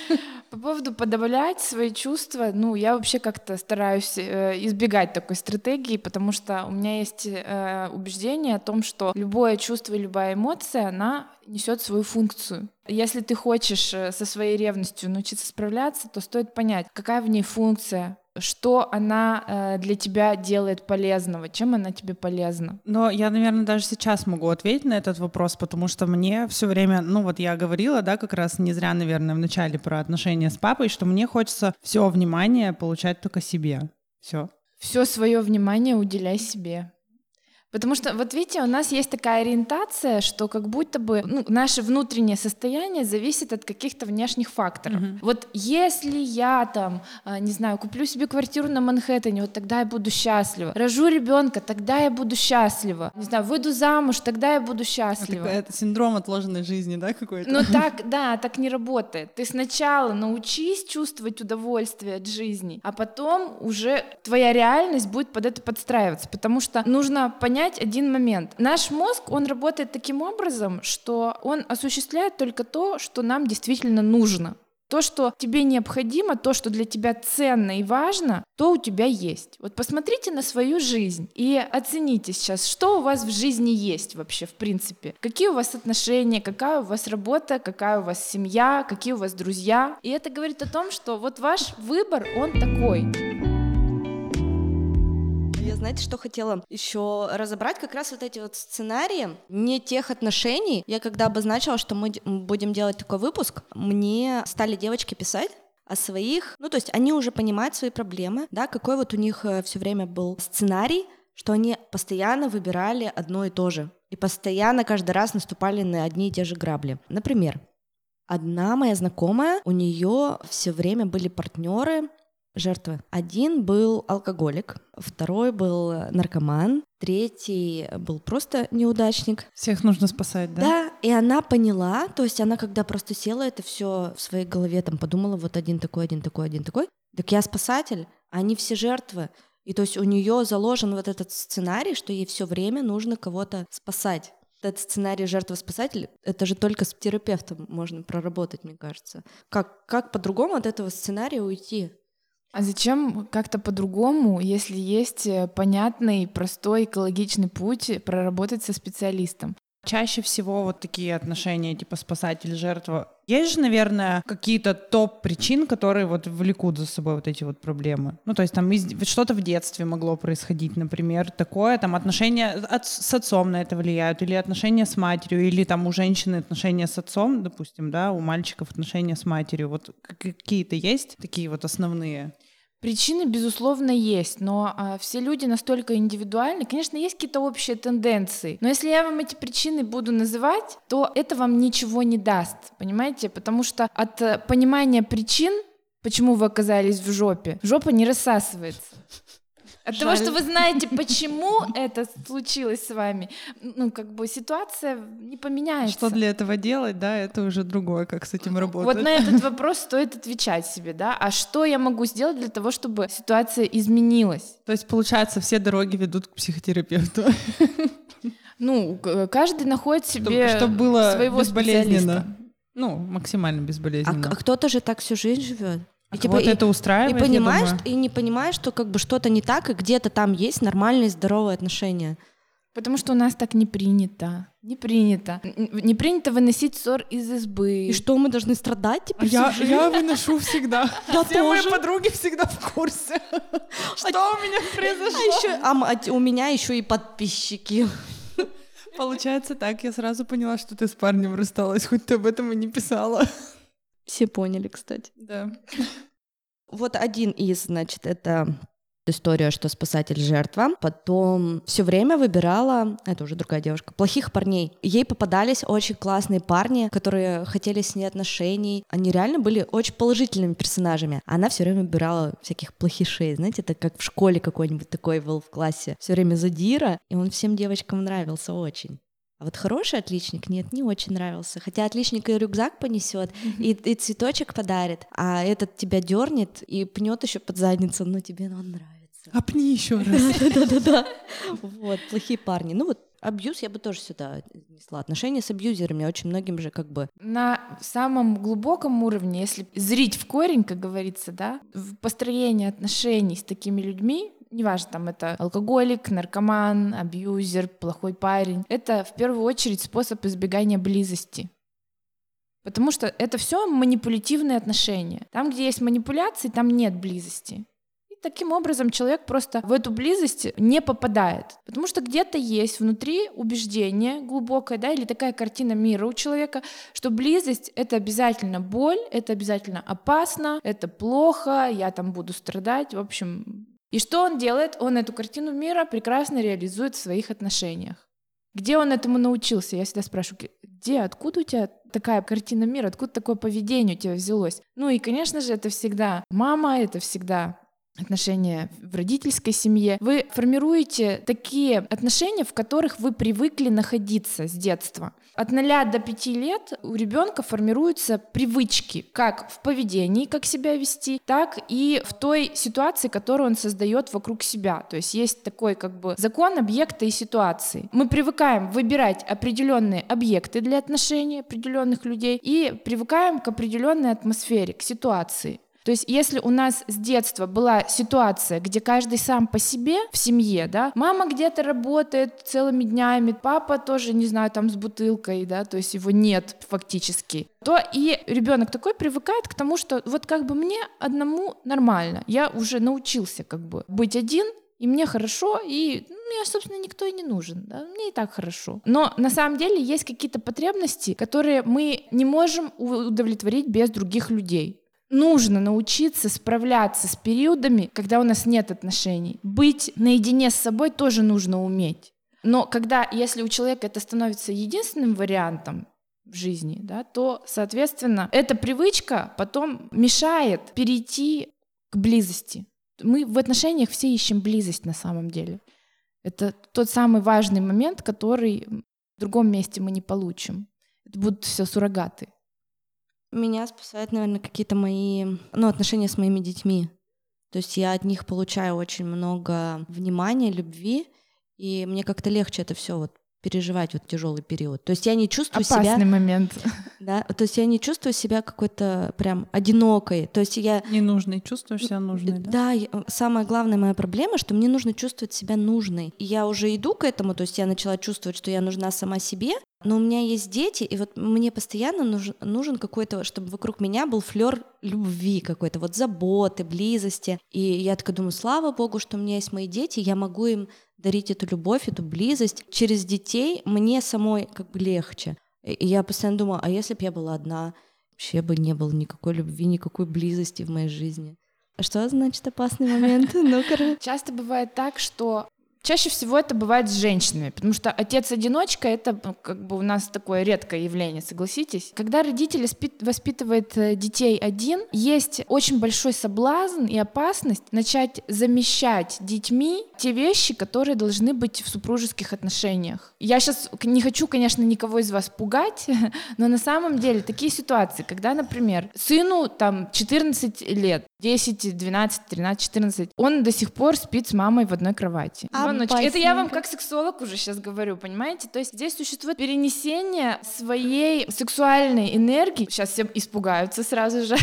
По поводу подавлять свои чувства, ну, я вообще как-то стараюсь э, избегать такой стратегии, потому что у меня есть э, убеждение о том, что любое чувство и любая эмоция, она несет свою функцию. Если ты хочешь со своей ревностью научиться справляться, то стоит понять, какая в ней функция, что она э, для тебя делает полезного, чем она тебе полезна.
Но я, наверное, даже сейчас могу ответить на этот вопрос, потому что мне все время, ну вот я говорила, да, как раз не зря, наверное, в начале про отношения с папой, что мне хочется все внимание получать только себе. Все.
Все свое внимание уделяй себе. Потому что, вот видите, у нас есть такая ориентация, что как будто бы ну, наше внутреннее состояние зависит от каких-то внешних факторов. Mm-hmm. Вот если я там, не знаю, куплю себе квартиру на Манхэттене, вот тогда я буду счастлива. Рожу ребенка, тогда я буду счастлива. Не знаю, выйду замуж, тогда я буду счастлива.
Это, это синдром отложенной жизни, да, какой-то?
Ну так, да, так не работает. Ты сначала научись чувствовать удовольствие от жизни, а потом уже твоя реальность будет под это подстраиваться, потому что нужно понять один момент. Наш мозг, он работает таким образом, что он осуществляет только то, что нам действительно нужно. То, что тебе необходимо, то, что для тебя ценно и важно, то у тебя есть. Вот посмотрите на свою жизнь и оцените сейчас, что у вас в жизни есть вообще, в принципе. Какие у вас отношения, какая у вас работа, какая у вас семья, какие у вас друзья. И это говорит о том, что вот ваш выбор, он такой.
Я, знаете, что хотела еще разобрать? Как раз вот эти вот сценарии не тех отношений. Я когда обозначила, что мы будем делать такой выпуск, мне стали девочки писать о своих, ну то есть они уже понимают свои проблемы, да, какой вот у них все время был сценарий, что они постоянно выбирали одно и то же. И постоянно каждый раз наступали на одни и те же грабли. Например, одна моя знакомая, у нее все время были партнеры, жертвы. Один был алкоголик, второй был наркоман, третий был просто неудачник.
Всех нужно спасать, да?
Да, и она поняла, то есть она когда просто села, это все в своей голове там подумала, вот один такой, один такой, один такой, так я спасатель, а они все жертвы. И то есть у нее заложен вот этот сценарий, что ей все время нужно кого-то спасать. Этот сценарий жертва-спасатель, это же только с терапевтом можно проработать, мне кажется. Как, как по-другому от этого сценария уйти?
А зачем как-то по-другому, если есть понятный, простой, экологичный путь проработать со специалистом?
Чаще всего вот такие отношения, типа спасатель-жертва. Есть же, наверное, какие-то топ-причин, которые вот влекут за собой вот эти вот проблемы. Ну, то есть там что-то в детстве могло происходить, например, такое, там отношения от, с отцом на это влияют, или отношения с матерью, или там у женщины отношения с отцом, допустим, да, у мальчиков отношения с матерью. Вот какие-то есть такие вот основные?
Причины, безусловно, есть, но а, все люди настолько индивидуальны. Конечно, есть какие-то общие тенденции, но если я вам эти причины буду называть, то это вам ничего не даст, понимаете? Потому что от а, понимания причин, почему вы оказались в жопе, жопа не рассасывается. От Жаль. того, что вы знаете, почему это случилось с вами, ну, как бы ситуация не поменяется.
Что для этого делать, да, это уже другое, как с этим работать.
Вот на этот вопрос стоит отвечать себе, да, а что я могу сделать для того, чтобы ситуация изменилась?
То есть, получается, все дороги ведут к психотерапевту.
Ну, каждый находит себе
чтобы было
своего специалиста.
Ну, максимально безболезненно.
А, а кто-то же так всю жизнь живет.
И, а типа, вот
и,
это устраивает,
и понимаешь, и не понимаешь, что как бы что-то не так, и где-то там есть нормальные, здоровые отношения.
Потому что у нас так не принято. Не принято. Не принято выносить ссор из избы.
И что, мы должны страдать теперь
Я,
всю жизнь?
я выношу всегда.
Я
Все мои
тоже.
подруги всегда в курсе, что у меня
А,
произошло.
еще, а м- а у меня еще и подписчики.
Получается так, я сразу поняла, что ты с парнем рассталась, хоть ты об этом и не писала.
Все поняли, кстати.
Да.
Вот один из, значит, это история, что спасатель жертва. Потом все время выбирала, это уже другая девушка, плохих парней. Ей попадались очень классные парни, которые хотели с ней отношений. Они реально были очень положительными персонажами. Она все время выбирала всяких плохишей. Знаете, это как в школе какой-нибудь такой был в классе. Все время задира, и он всем девочкам нравился очень. А вот хороший отличник, нет, не очень нравился. Хотя отличник и рюкзак понесет, mm-hmm. и, и цветочек подарит, а этот тебя дернет и пнет еще под задницу, но тебе он нравится.
А пни еще раз.
Да-да-да. Вот, плохие парни. Ну вот, абьюз я бы тоже сюда несла. Отношения с абьюзерами очень многим же как бы...
На самом глубоком уровне, если зрить в корень, как говорится, да, в построении отношений с такими людьми, неважно, там это алкоголик, наркоман, абьюзер, плохой парень, это в первую очередь способ избегания близости. Потому что это все манипулятивные отношения. Там, где есть манипуляции, там нет близости. Таким образом, человек просто в эту близость не попадает. Потому что где-то есть внутри убеждение глубокое, да, или такая картина мира у человека, что близость — это обязательно боль, это обязательно опасно, это плохо, я там буду страдать, в общем. И что он делает? Он эту картину мира прекрасно реализует в своих отношениях. Где он этому научился? Я всегда спрашиваю, где, откуда у тебя такая картина мира, откуда такое поведение у тебя взялось? Ну и, конечно же, это всегда мама, это всегда... отношения в родительской семье. Вы формируете такие отношения, в которых вы привыкли находиться с детства. От ноля до пяти лет у ребенка формируются привычки как в поведении, как себя вести, так и в той ситуации, которую он создает вокруг себя. То есть есть такой как бы закон объекта и ситуации. Мы привыкаем выбирать определенные объекты для отношений определенных людей и привыкаем к определенной атмосфере, к ситуации. То есть если у нас с детства была ситуация, где каждый сам по себе в семье, да, мама где-то работает целыми днями, папа тоже, не знаю, там с бутылкой, да, то есть его нет фактически, то и ребенок такой привыкает к тому, что вот как бы мне одному нормально, я уже научился как бы быть один, и мне хорошо, и мне, собственно, никто и не нужен, да? Мне и так хорошо. Но на самом деле есть какие-то потребности, которые мы не можем удовлетворить без других людей. Нужно научиться справляться с периодами, когда у нас нет отношений. Быть наедине с собой тоже нужно уметь. Но когда, если у человека это становится единственным вариантом в жизни, да, то, соответственно, эта привычка потом мешает перейти к близости. Мы в отношениях все ищем близость на самом деле. Это тот самый важный момент, который в другом месте мы не получим. Это будут все суррогаты.
Меня спасают, наверное, какие-то мои, ну, отношения с моими детьми. То есть я от них получаю очень много внимания, любви, и мне как-то легче это все вот переживать вот тяжелый период. То есть я не чувствую
Опасный
себя...
Опасный момент.
Да, то есть я не чувствую себя какой-то прям одинокой. То есть я...
Ненужной, чувствуешь себя нужной, да?
Да, я... самая главная моя проблема, что мне нужно чувствовать себя нужной. И я уже иду к этому, то есть я начала чувствовать, что я нужна сама себе, но у меня есть дети, и вот мне постоянно нужен, нужен какой-то, чтобы вокруг меня был флёр любви какой-то, вот заботы, близости. И я такая думаю, слава богу, что у меня есть мои дети, я могу им дарить эту любовь, эту близость. Через детей мне самой как бы легче. И я постоянно думаю, а если бы я была одна, вообще бы не было никакой любви, никакой близости в моей жизни. А что значит опасный момент? Ну,
часто бывает так, что чаще всего это бывает с женщинами, потому что отец-одиночка — это ну, как бы у нас такое редкое явление, согласитесь. Когда родитель воспитывает детей один, есть очень большой соблазн и опасность начать замещать детьми те вещи, которые должны быть в супружеских отношениях. Я сейчас не хочу, конечно, никого из вас пугать, но на самом деле такие ситуации, когда, например, сыну там четырнадцать лет, десять, двенадцать, тринадцать, четырнадцать, он до сих пор спит с мамой в одной кровати. Это я вам как сексолог уже сейчас говорю, понимаете? То есть здесь существует перенесение своей сексуальной энергии, сейчас все испугаются сразу же,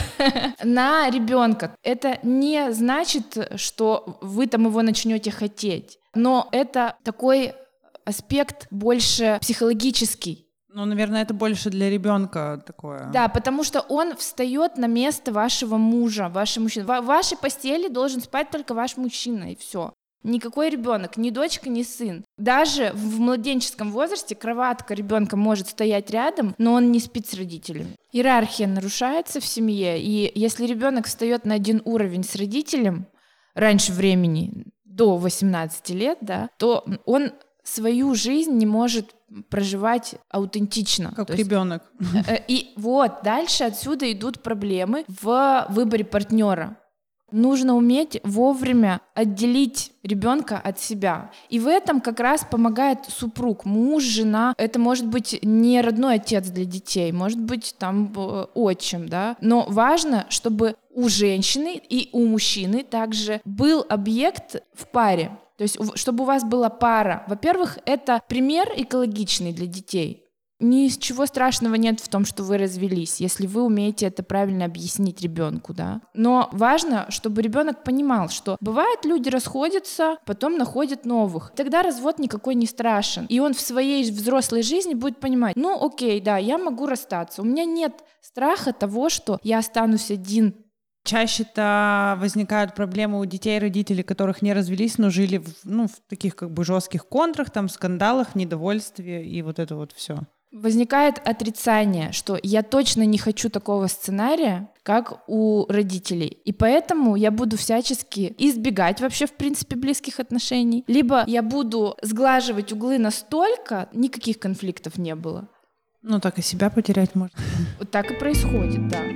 на ребенка. Это не значит, что вы там его начнете хотеть, но это такой аспект больше психологический.
Ну, наверное, это больше для ребенка такое.
Да, потому что он встает на место вашего мужа, вашего мужчины. В вашей постели должен спать только ваш мужчина, и все. Никакой ребенок, ни дочка, ни сын. Даже в младенческом возрасте кроватка ребенка может стоять рядом, но он не спит с родителями. Иерархия нарушается в семье, и если ребенок встает на один уровень с родителем раньше времени, до восемнадцати лет, да, то он свою жизнь не может проживать аутентично.
Как ребенок.
И вот дальше отсюда идут проблемы в выборе партнера. Нужно уметь вовремя отделить ребенка от себя. И в этом как раз помогает супруг, муж, жена. Это может быть не родной отец для детей, может быть там отчим, да. Но важно, чтобы у женщины и у мужчины также был объект в паре. То есть, чтобы у вас была пара. Во-первых, это пример экологичный для детей. Ничего страшного нет в том, что вы развелись, если вы умеете это правильно объяснить ребенку, да. Но важно, чтобы ребенок понимал, что бывает, люди расходятся, потом находят новых. Тогда развод никакой не страшен. И он в своей взрослой жизни будет понимать: ну окей, да, я могу расстаться. У меня нет страха того, что я останусь один.
Чаще-то возникают проблемы у детей, родителей, которых не развелись, но жили в, ну, в таких как бы жестких контрах, там, скандалах, недовольстве и вот это вот все.
Возникает отрицание, что я точно не хочу такого сценария, как у родителей. И поэтому я буду всячески избегать вообще, в принципе, близких отношений. Либо я буду сглаживать углы настолько, никаких конфликтов не было.
Ну, так и себя потерять можно.
Вот так и происходит, да.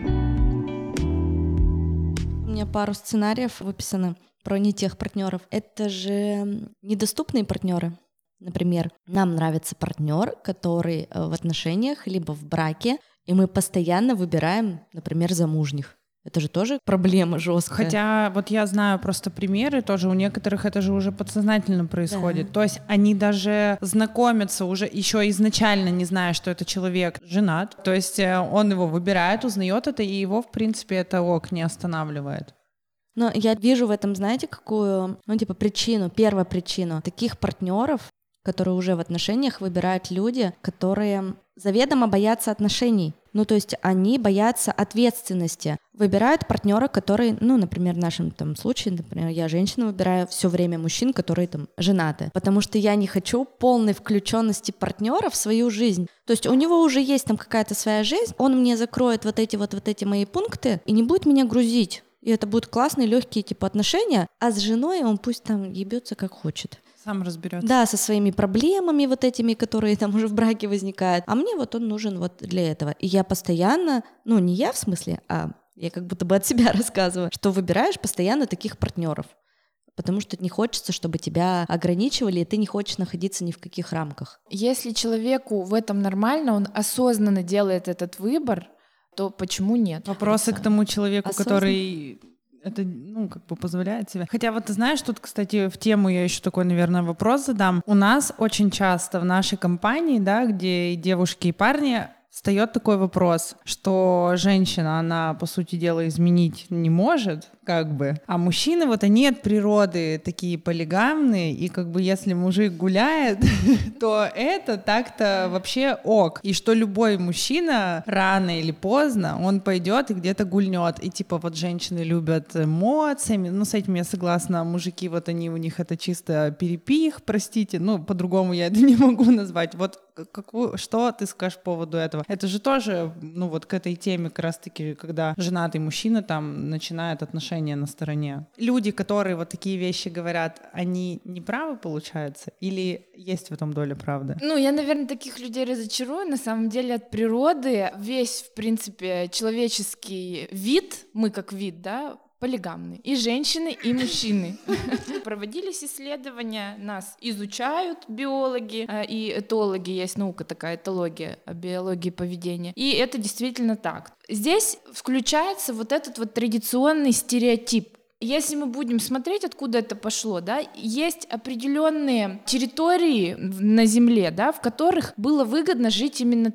У меня пару сценариев выписано про не тех партнеров. Это же недоступные партнеры. Например, нам нравится партнер, который в отношениях либо в браке, и мы постоянно выбираем, например, замужних. Это же тоже проблема жесткая.
Хотя вот я знаю просто примеры тоже, у некоторых это же уже подсознательно происходит. Да. То есть они даже знакомятся уже еще изначально, не зная, что это человек женат. То есть он его выбирает, узнает это, и его, в принципе, это ок не останавливает.
Но я вижу в этом, знаете, какую, ну, типа, причину, первую причину таких партнеров, которые уже в отношениях, выбирают люди, которые заведомо боятся отношений. Ну, то есть они боятся ответственности. Выбирают партнера, который, ну, например, в нашем там случае, например, я женщина, выбираю все время мужчин, которые там женаты, потому что я не хочу полной включенности партнера в свою жизнь. То есть у него уже есть там какая-то своя жизнь, он мне закроет вот эти вот, вот эти мои пункты и не будет меня грузить. И это будут классные, легкие типа отношения, а с женой он пусть там ебется как хочет.
Сам разберется.
Да, со своими проблемами вот этими, которые там уже в браке возникают. А мне вот он нужен вот для этого. И я постоянно, ну не я в смысле, а я как будто бы от себя рассказываю, что выбираешь постоянно таких партнеров. Потому что не хочется, чтобы тебя ограничивали, и ты не хочешь находиться ни в каких рамках.
Если человеку в этом нормально, он осознанно делает этот выбор, то почему нет?
Вопросы к тому человеку, Осознанно. который это, ну, как бы позволяет себе. Хотя вот ты знаешь, тут, кстати, в тему я еще такой, наверное, вопрос задам. У нас очень часто в нашей компании, да, где и девушки, и парни, встает такой вопрос, что женщина, она, по сути дела, изменить не может, как бы, а мужчины, вот они от природы такие полигамные, и как бы если мужик гуляет, то это так-то вообще ок. И что любой мужчина рано или поздно, он пойдет и где-то гульнет. И типа вот женщины любят эмоциями, ну с этим я согласна, а мужики, вот они, у них это чисто перепих, простите, ну по-другому я это не могу назвать. Вот какую, что ты скажешь по поводу этого? Это же тоже, ну вот к этой теме как раз-таки, когда женатый мужчина там начинает отношения на стороне. Люди, которые вот такие вещи говорят, они не правы, получается? Или есть в этом доля правды?
Ну, я, наверное, таких людей разочарую. На самом деле от природы весь, в принципе, человеческий вид, мы как вид, да, полигамны. И женщины, и мужчины. Проводились исследования, нас изучают биологи и этологи, есть наука такая, этология, о биологии поведения. И это действительно так. Здесь включается вот этот вот традиционный стереотип. Если мы будем смотреть, откуда это пошло, да, есть определенные территории на Земле, да, в которых было выгодно жить именно так.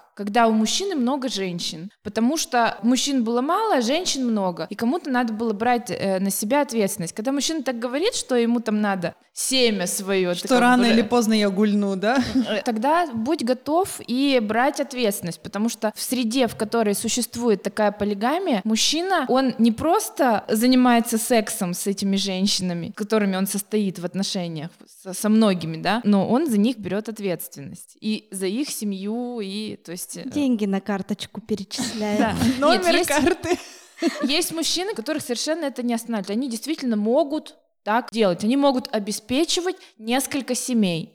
когда у мужчины много женщин, потому что мужчин было мало, а женщин много, и кому-то надо было брать э, на себя ответственность. Когда мужчина так говорит, что ему там надо семя свое...
Что рано бы, или поздно я гульну, да?
Тогда будь готов и брать ответственность, потому что в среде, в которой существует такая полигамия, мужчина, он не просто занимается сексом с этими женщинами, которыми он состоит в отношениях со, со многими, да, но он за них берет ответственность и за их семью, и то есть...
Деньги на карточку перечисляют.
Номер карты.
Есть мужчины, которых совершенно это не останавливает. Они действительно могут так делать. Они могут обеспечивать несколько семей.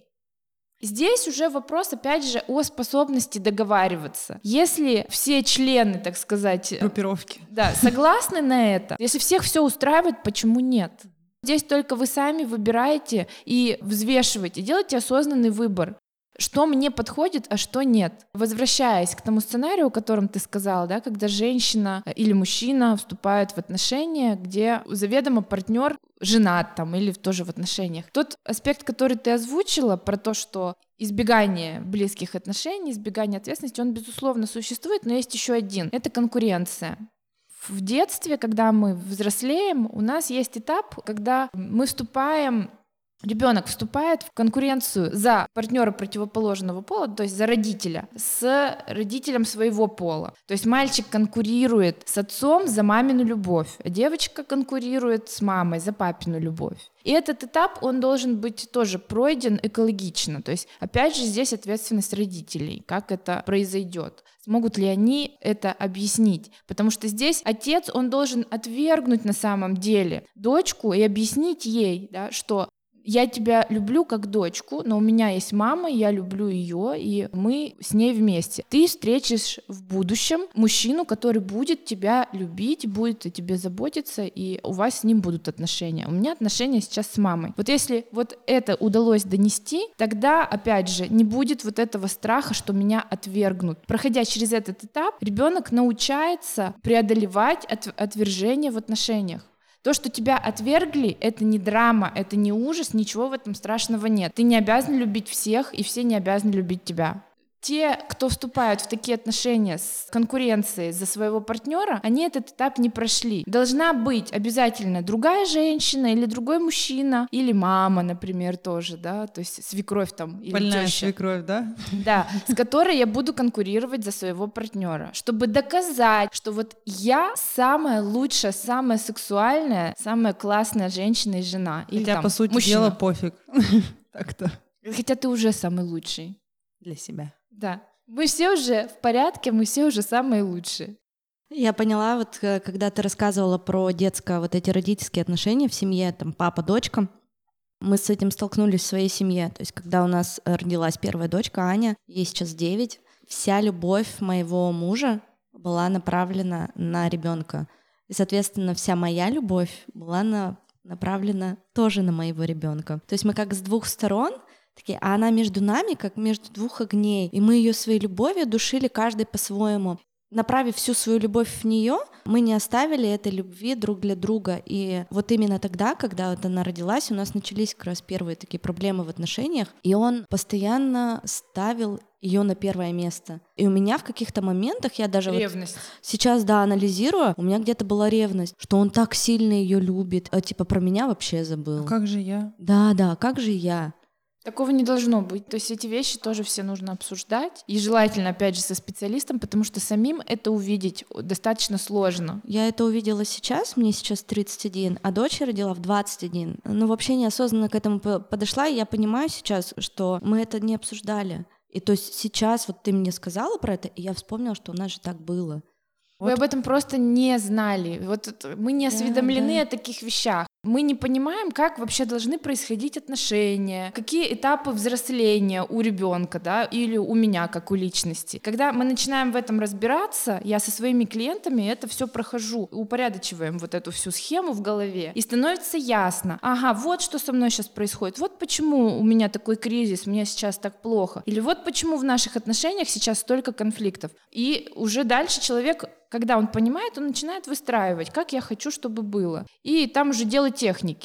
Здесь уже вопрос, опять же, о способности договариваться. Если все члены, так сказать...
Группировки.
Да, согласны на это, если всех все устраивает, почему нет? Здесь только вы сами выбираете и взвешиваете, делаете осознанный выбор. Что мне подходит, а что нет. Возвращаясь к тому сценарию, о котором ты сказала, да, когда женщина или мужчина вступают в отношения, где заведомо партнер женат там, или тоже в отношениях. Тот аспект, который ты озвучила, про то, что избегание близких отношений, избегание ответственности, он, безусловно, существует, но есть еще один. Это конкуренция. В детстве, когда мы взрослеем, у нас есть этап, когда мы вступаем... Ребенок вступает в конкуренцию за партнера противоположного пола, то есть за родителя, с родителем своего пола. То есть мальчик конкурирует с отцом за мамину любовь, а девочка конкурирует с мамой за папину любовь. И этот этап, он должен быть тоже пройден экологично. То есть, опять же, здесь ответственность родителей, как это произойдет. Смогут ли они это объяснить? Потому что здесь отец, он должен отвергнуть на самом деле дочку и объяснить ей, да, что я тебя люблю как дочку, но у меня есть мама, я люблю ее, и мы с ней вместе. Ты встретишь в будущем мужчину, который будет тебя любить, будет о тебе заботиться, и у вас с ним будут отношения. У меня отношения сейчас с мамой. Вот если вот это удалось донести, тогда, опять же, не будет вот этого страха, что меня отвергнут. Проходя через этот этап, ребенок научается преодолевать от- отвержение в отношениях. То, что тебя отвергли, это не драма, это не ужас, ничего в этом страшного нет. Ты не обязан любить всех, и все не обязаны любить тебя. Те, кто вступают в такие отношения с конкуренцией за своего партнера, они этот этап не прошли. Должна быть обязательно другая женщина или другой мужчина, или мама, например, тоже, да, то есть свекровь там, или
больная
теща.
свекровь, да?
Да, с которой я буду конкурировать за своего партнера, чтобы доказать, что вот я самая лучшая, самая сексуальная, самая классная женщина и жена. Или
Хотя,
там,
по сути
мужчина.
дела, пофиг. Так-то.
Хотя ты уже самый лучший.
Для себя.
Да. Мы все уже в порядке, мы все уже самые лучшие.
Я поняла, вот когда ты рассказывала про детское, вот эти родительские отношения в семье, там папа-дочка, мы с этим столкнулись в своей семье. То есть когда у нас родилась первая дочка Аня, ей сейчас девять, вся любовь моего мужа была направлена на ребенка. И, соответственно, вся моя любовь была на, направлена тоже на моего ребенка. То есть мы как с двух сторон такие, а она между нами, как между двух огней. И мы ее своей любовью душили каждый по-своему. Направив всю свою любовь в нее, мы не оставили этой любви друг для друга. И вот именно тогда, когда вот она родилась, у нас начались как раз первые такие проблемы в отношениях, и он постоянно ставил ее на первое место. И у меня в каких-то моментах, я даже
ревность.
Вот сейчас, да, анализирую, у меня где-то была ревность, что он так сильно ее любит, а типа про меня вообще забыл.
А как же я?
Да, да, как же я?
Такого не должно быть. То есть эти вещи тоже все нужно обсуждать. И желательно, опять же, со специалистом, потому что самим это увидеть достаточно сложно.
Я это увидела сейчас, мне сейчас тридцать один, а дочь родила в двадцать один. Ну, вообще неосознанно к этому подошла, и я понимаю сейчас, что мы это не обсуждали. И то есть сейчас вот ты мне сказала про это, и я вспомнила, что у нас же так было.
Вы вот. об этом просто не знали. Вот мы не осведомлены да, да. о таких вещах. Мы не понимаем, как вообще должны происходить отношения, какие этапы взросления у ребенка, да, или у меня как у личности. Когда мы начинаем в этом разбираться, я со своими клиентами это все прохожу, упорядочиваем вот эту всю схему в голове, и становится ясно, ага, вот что со мной сейчас происходит, вот почему у меня такой кризис, мне сейчас так плохо, или вот почему в наших отношениях сейчас столько конфликтов. И уже дальше человек, когда он понимает, он начинает выстраивать, как я хочу, чтобы было. И там уже дело техники.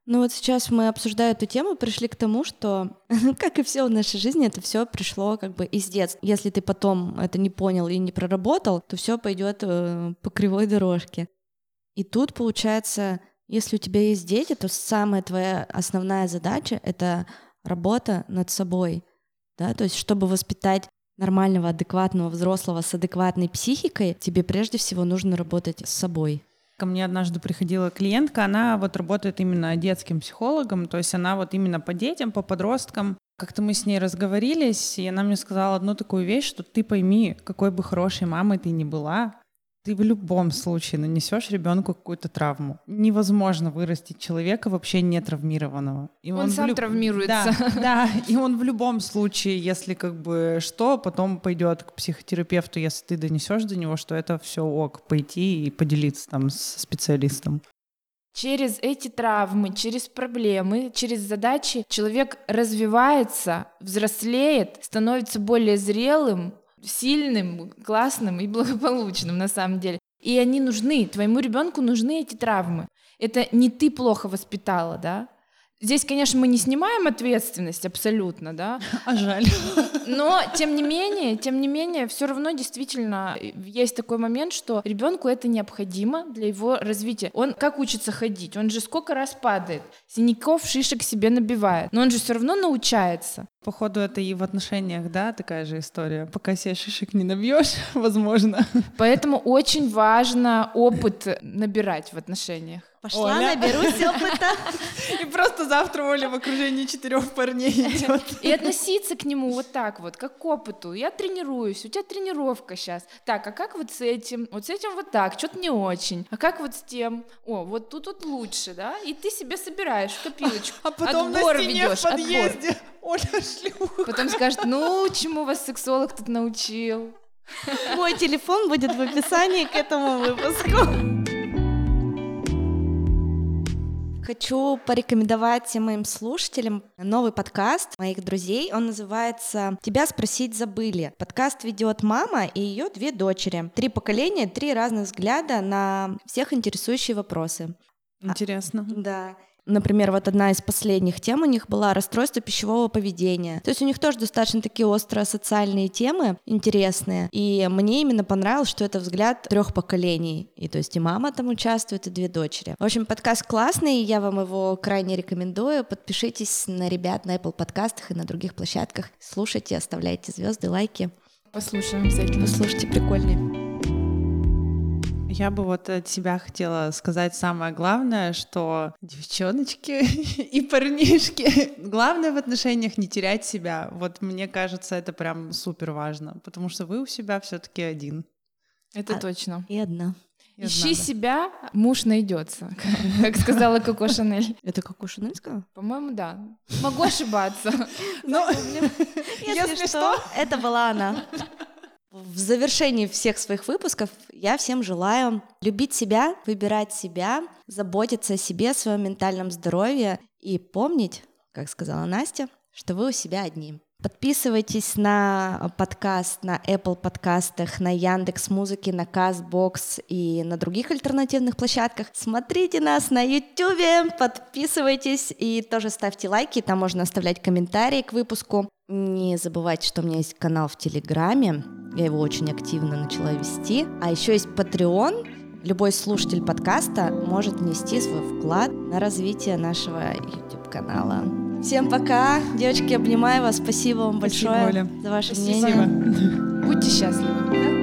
Ну вот сейчас мы, обсуждая эту тему, пришли к тому, что, как и все в нашей жизни, это все пришло как бы из детства. Если ты потом это не понял и не проработал, то все пойдет э, по кривой дорожке. И тут получается, если у тебя есть дети, то самая твоя основная задача — это работа над собой, да, то есть чтобы воспитать нормального, адекватного взрослого с адекватной психикой, тебе прежде всего нужно работать с собой.
Ко мне однажды приходила клиентка, она вот работает именно детским психологом, то есть она вот именно по детям, по подросткам. Как-то мы с ней разговорились, и она мне сказала одну такую вещь, что ты пойми, какой бы хорошей мамой ты ни была, ты в любом случае нанесешь ребенку какую-то травму. Невозможно вырастить человека вообще не травмированного. И
он, он сам
люб...
травмируется.
Да, да, и он в любом случае, если как бы что, потом пойдет к психотерапевту, если ты донесешь до него, что это все ок, пойти и поделиться там с специалистом.
Через эти травмы, через проблемы, через задачи человек развивается, взрослеет, становится более зрелым, сильным, классным и благополучным на самом деле. И они нужны, твоему ребенку нужны эти травмы. Это не ты плохо воспитала, да? Здесь, конечно, мы не снимаем ответственность абсолютно, да?
А жаль.
Но, тем не менее, тем не менее, все равно действительно есть такой момент, что ребенку это необходимо для его развития. Он как учится ходить? Он же сколько раз падает, синяков, шишек себе набивает, но он же все равно научается.
Походу, это и в отношениях, да, такая же история. Пока себе шишек не набьешь, возможно.
Поэтому очень важно опыт набирать в отношениях.
Пошла, Оля. Наберусь опыта.
И просто завтра Оля в окружении четырех парней идет.
И относиться к нему вот так вот, как к опыту. Я тренируюсь, у тебя тренировка сейчас. Так, а как вот с этим? Вот с этим вот так, что-то не очень. А как вот с тем? О, вот тут вот лучше, да? И ты себе собираешь копилочку.
А потом
отбор
на стене
ведёшь,
в подъезде
отбор.
Оля шлюха.
Потом скажет, ну, чему вас сексолог тут научил?
Мой телефон будет в описании к этому выпуску. Хочу порекомендовать всем моим слушателям новый подкаст моих друзей. Он называется «Тебя спросить забыли». Подкаст ведет мама и ее две дочери. Три поколения, три разных взгляда на всех интересующие вопросы.
Интересно.
А, да. Например, вот одна из последних тем у них была расстройство пищевого поведения. То есть у них тоже достаточно такие острые социальные темы, интересные. И мне именно понравилось, что это взгляд трех поколений. И то есть и мама там участвует, и две дочери. В общем, подкаст классный, я вам его крайне рекомендую. Подпишитесь на ребят на Apple подкастах и на других площадках. Слушайте, оставляйте звезды, лайки.
Послушаем обязательно.
Послушайте, прикольный.
Я бы вот от себя хотела сказать самое главное, что девчоночки и парнишки, главное в отношениях не терять себя. Вот мне кажется, это прям супер важно, потому что вы у себя все-таки один.
Это
а,
точно.
И одна.
И
Ищи
одна, да.
себя, муж найдется, как сказала Коко Шанель.
Это Коко Шанель сказала?
По-моему, да. Могу ошибаться.
Но
если что, это была она. В завершении всех своих выпусков я всем желаю любить себя, выбирать себя, заботиться о себе, о своем ментальном здоровье и помнить, как сказала Настя, что вы у себя одни. Подписывайтесь на подкаст на Apple подкастах, на Яндекс.Музыке, на Castbox и на других альтернативных площадках. Смотрите нас на YouTube, подписывайтесь и тоже ставьте лайки, там можно оставлять комментарии к выпуску. Не забывайте, что у меня есть канал в Телеграме, я его очень активно начала вести. А еще есть Patreon. Любой слушатель подкаста может внести свой вклад на развитие нашего YouTube-канала. Всем пока, девочки, обнимаю вас, спасибо вам
Спасибо,
большое
Оля.
за ваше
Спасибо.
мнение.
Будьте счастливы.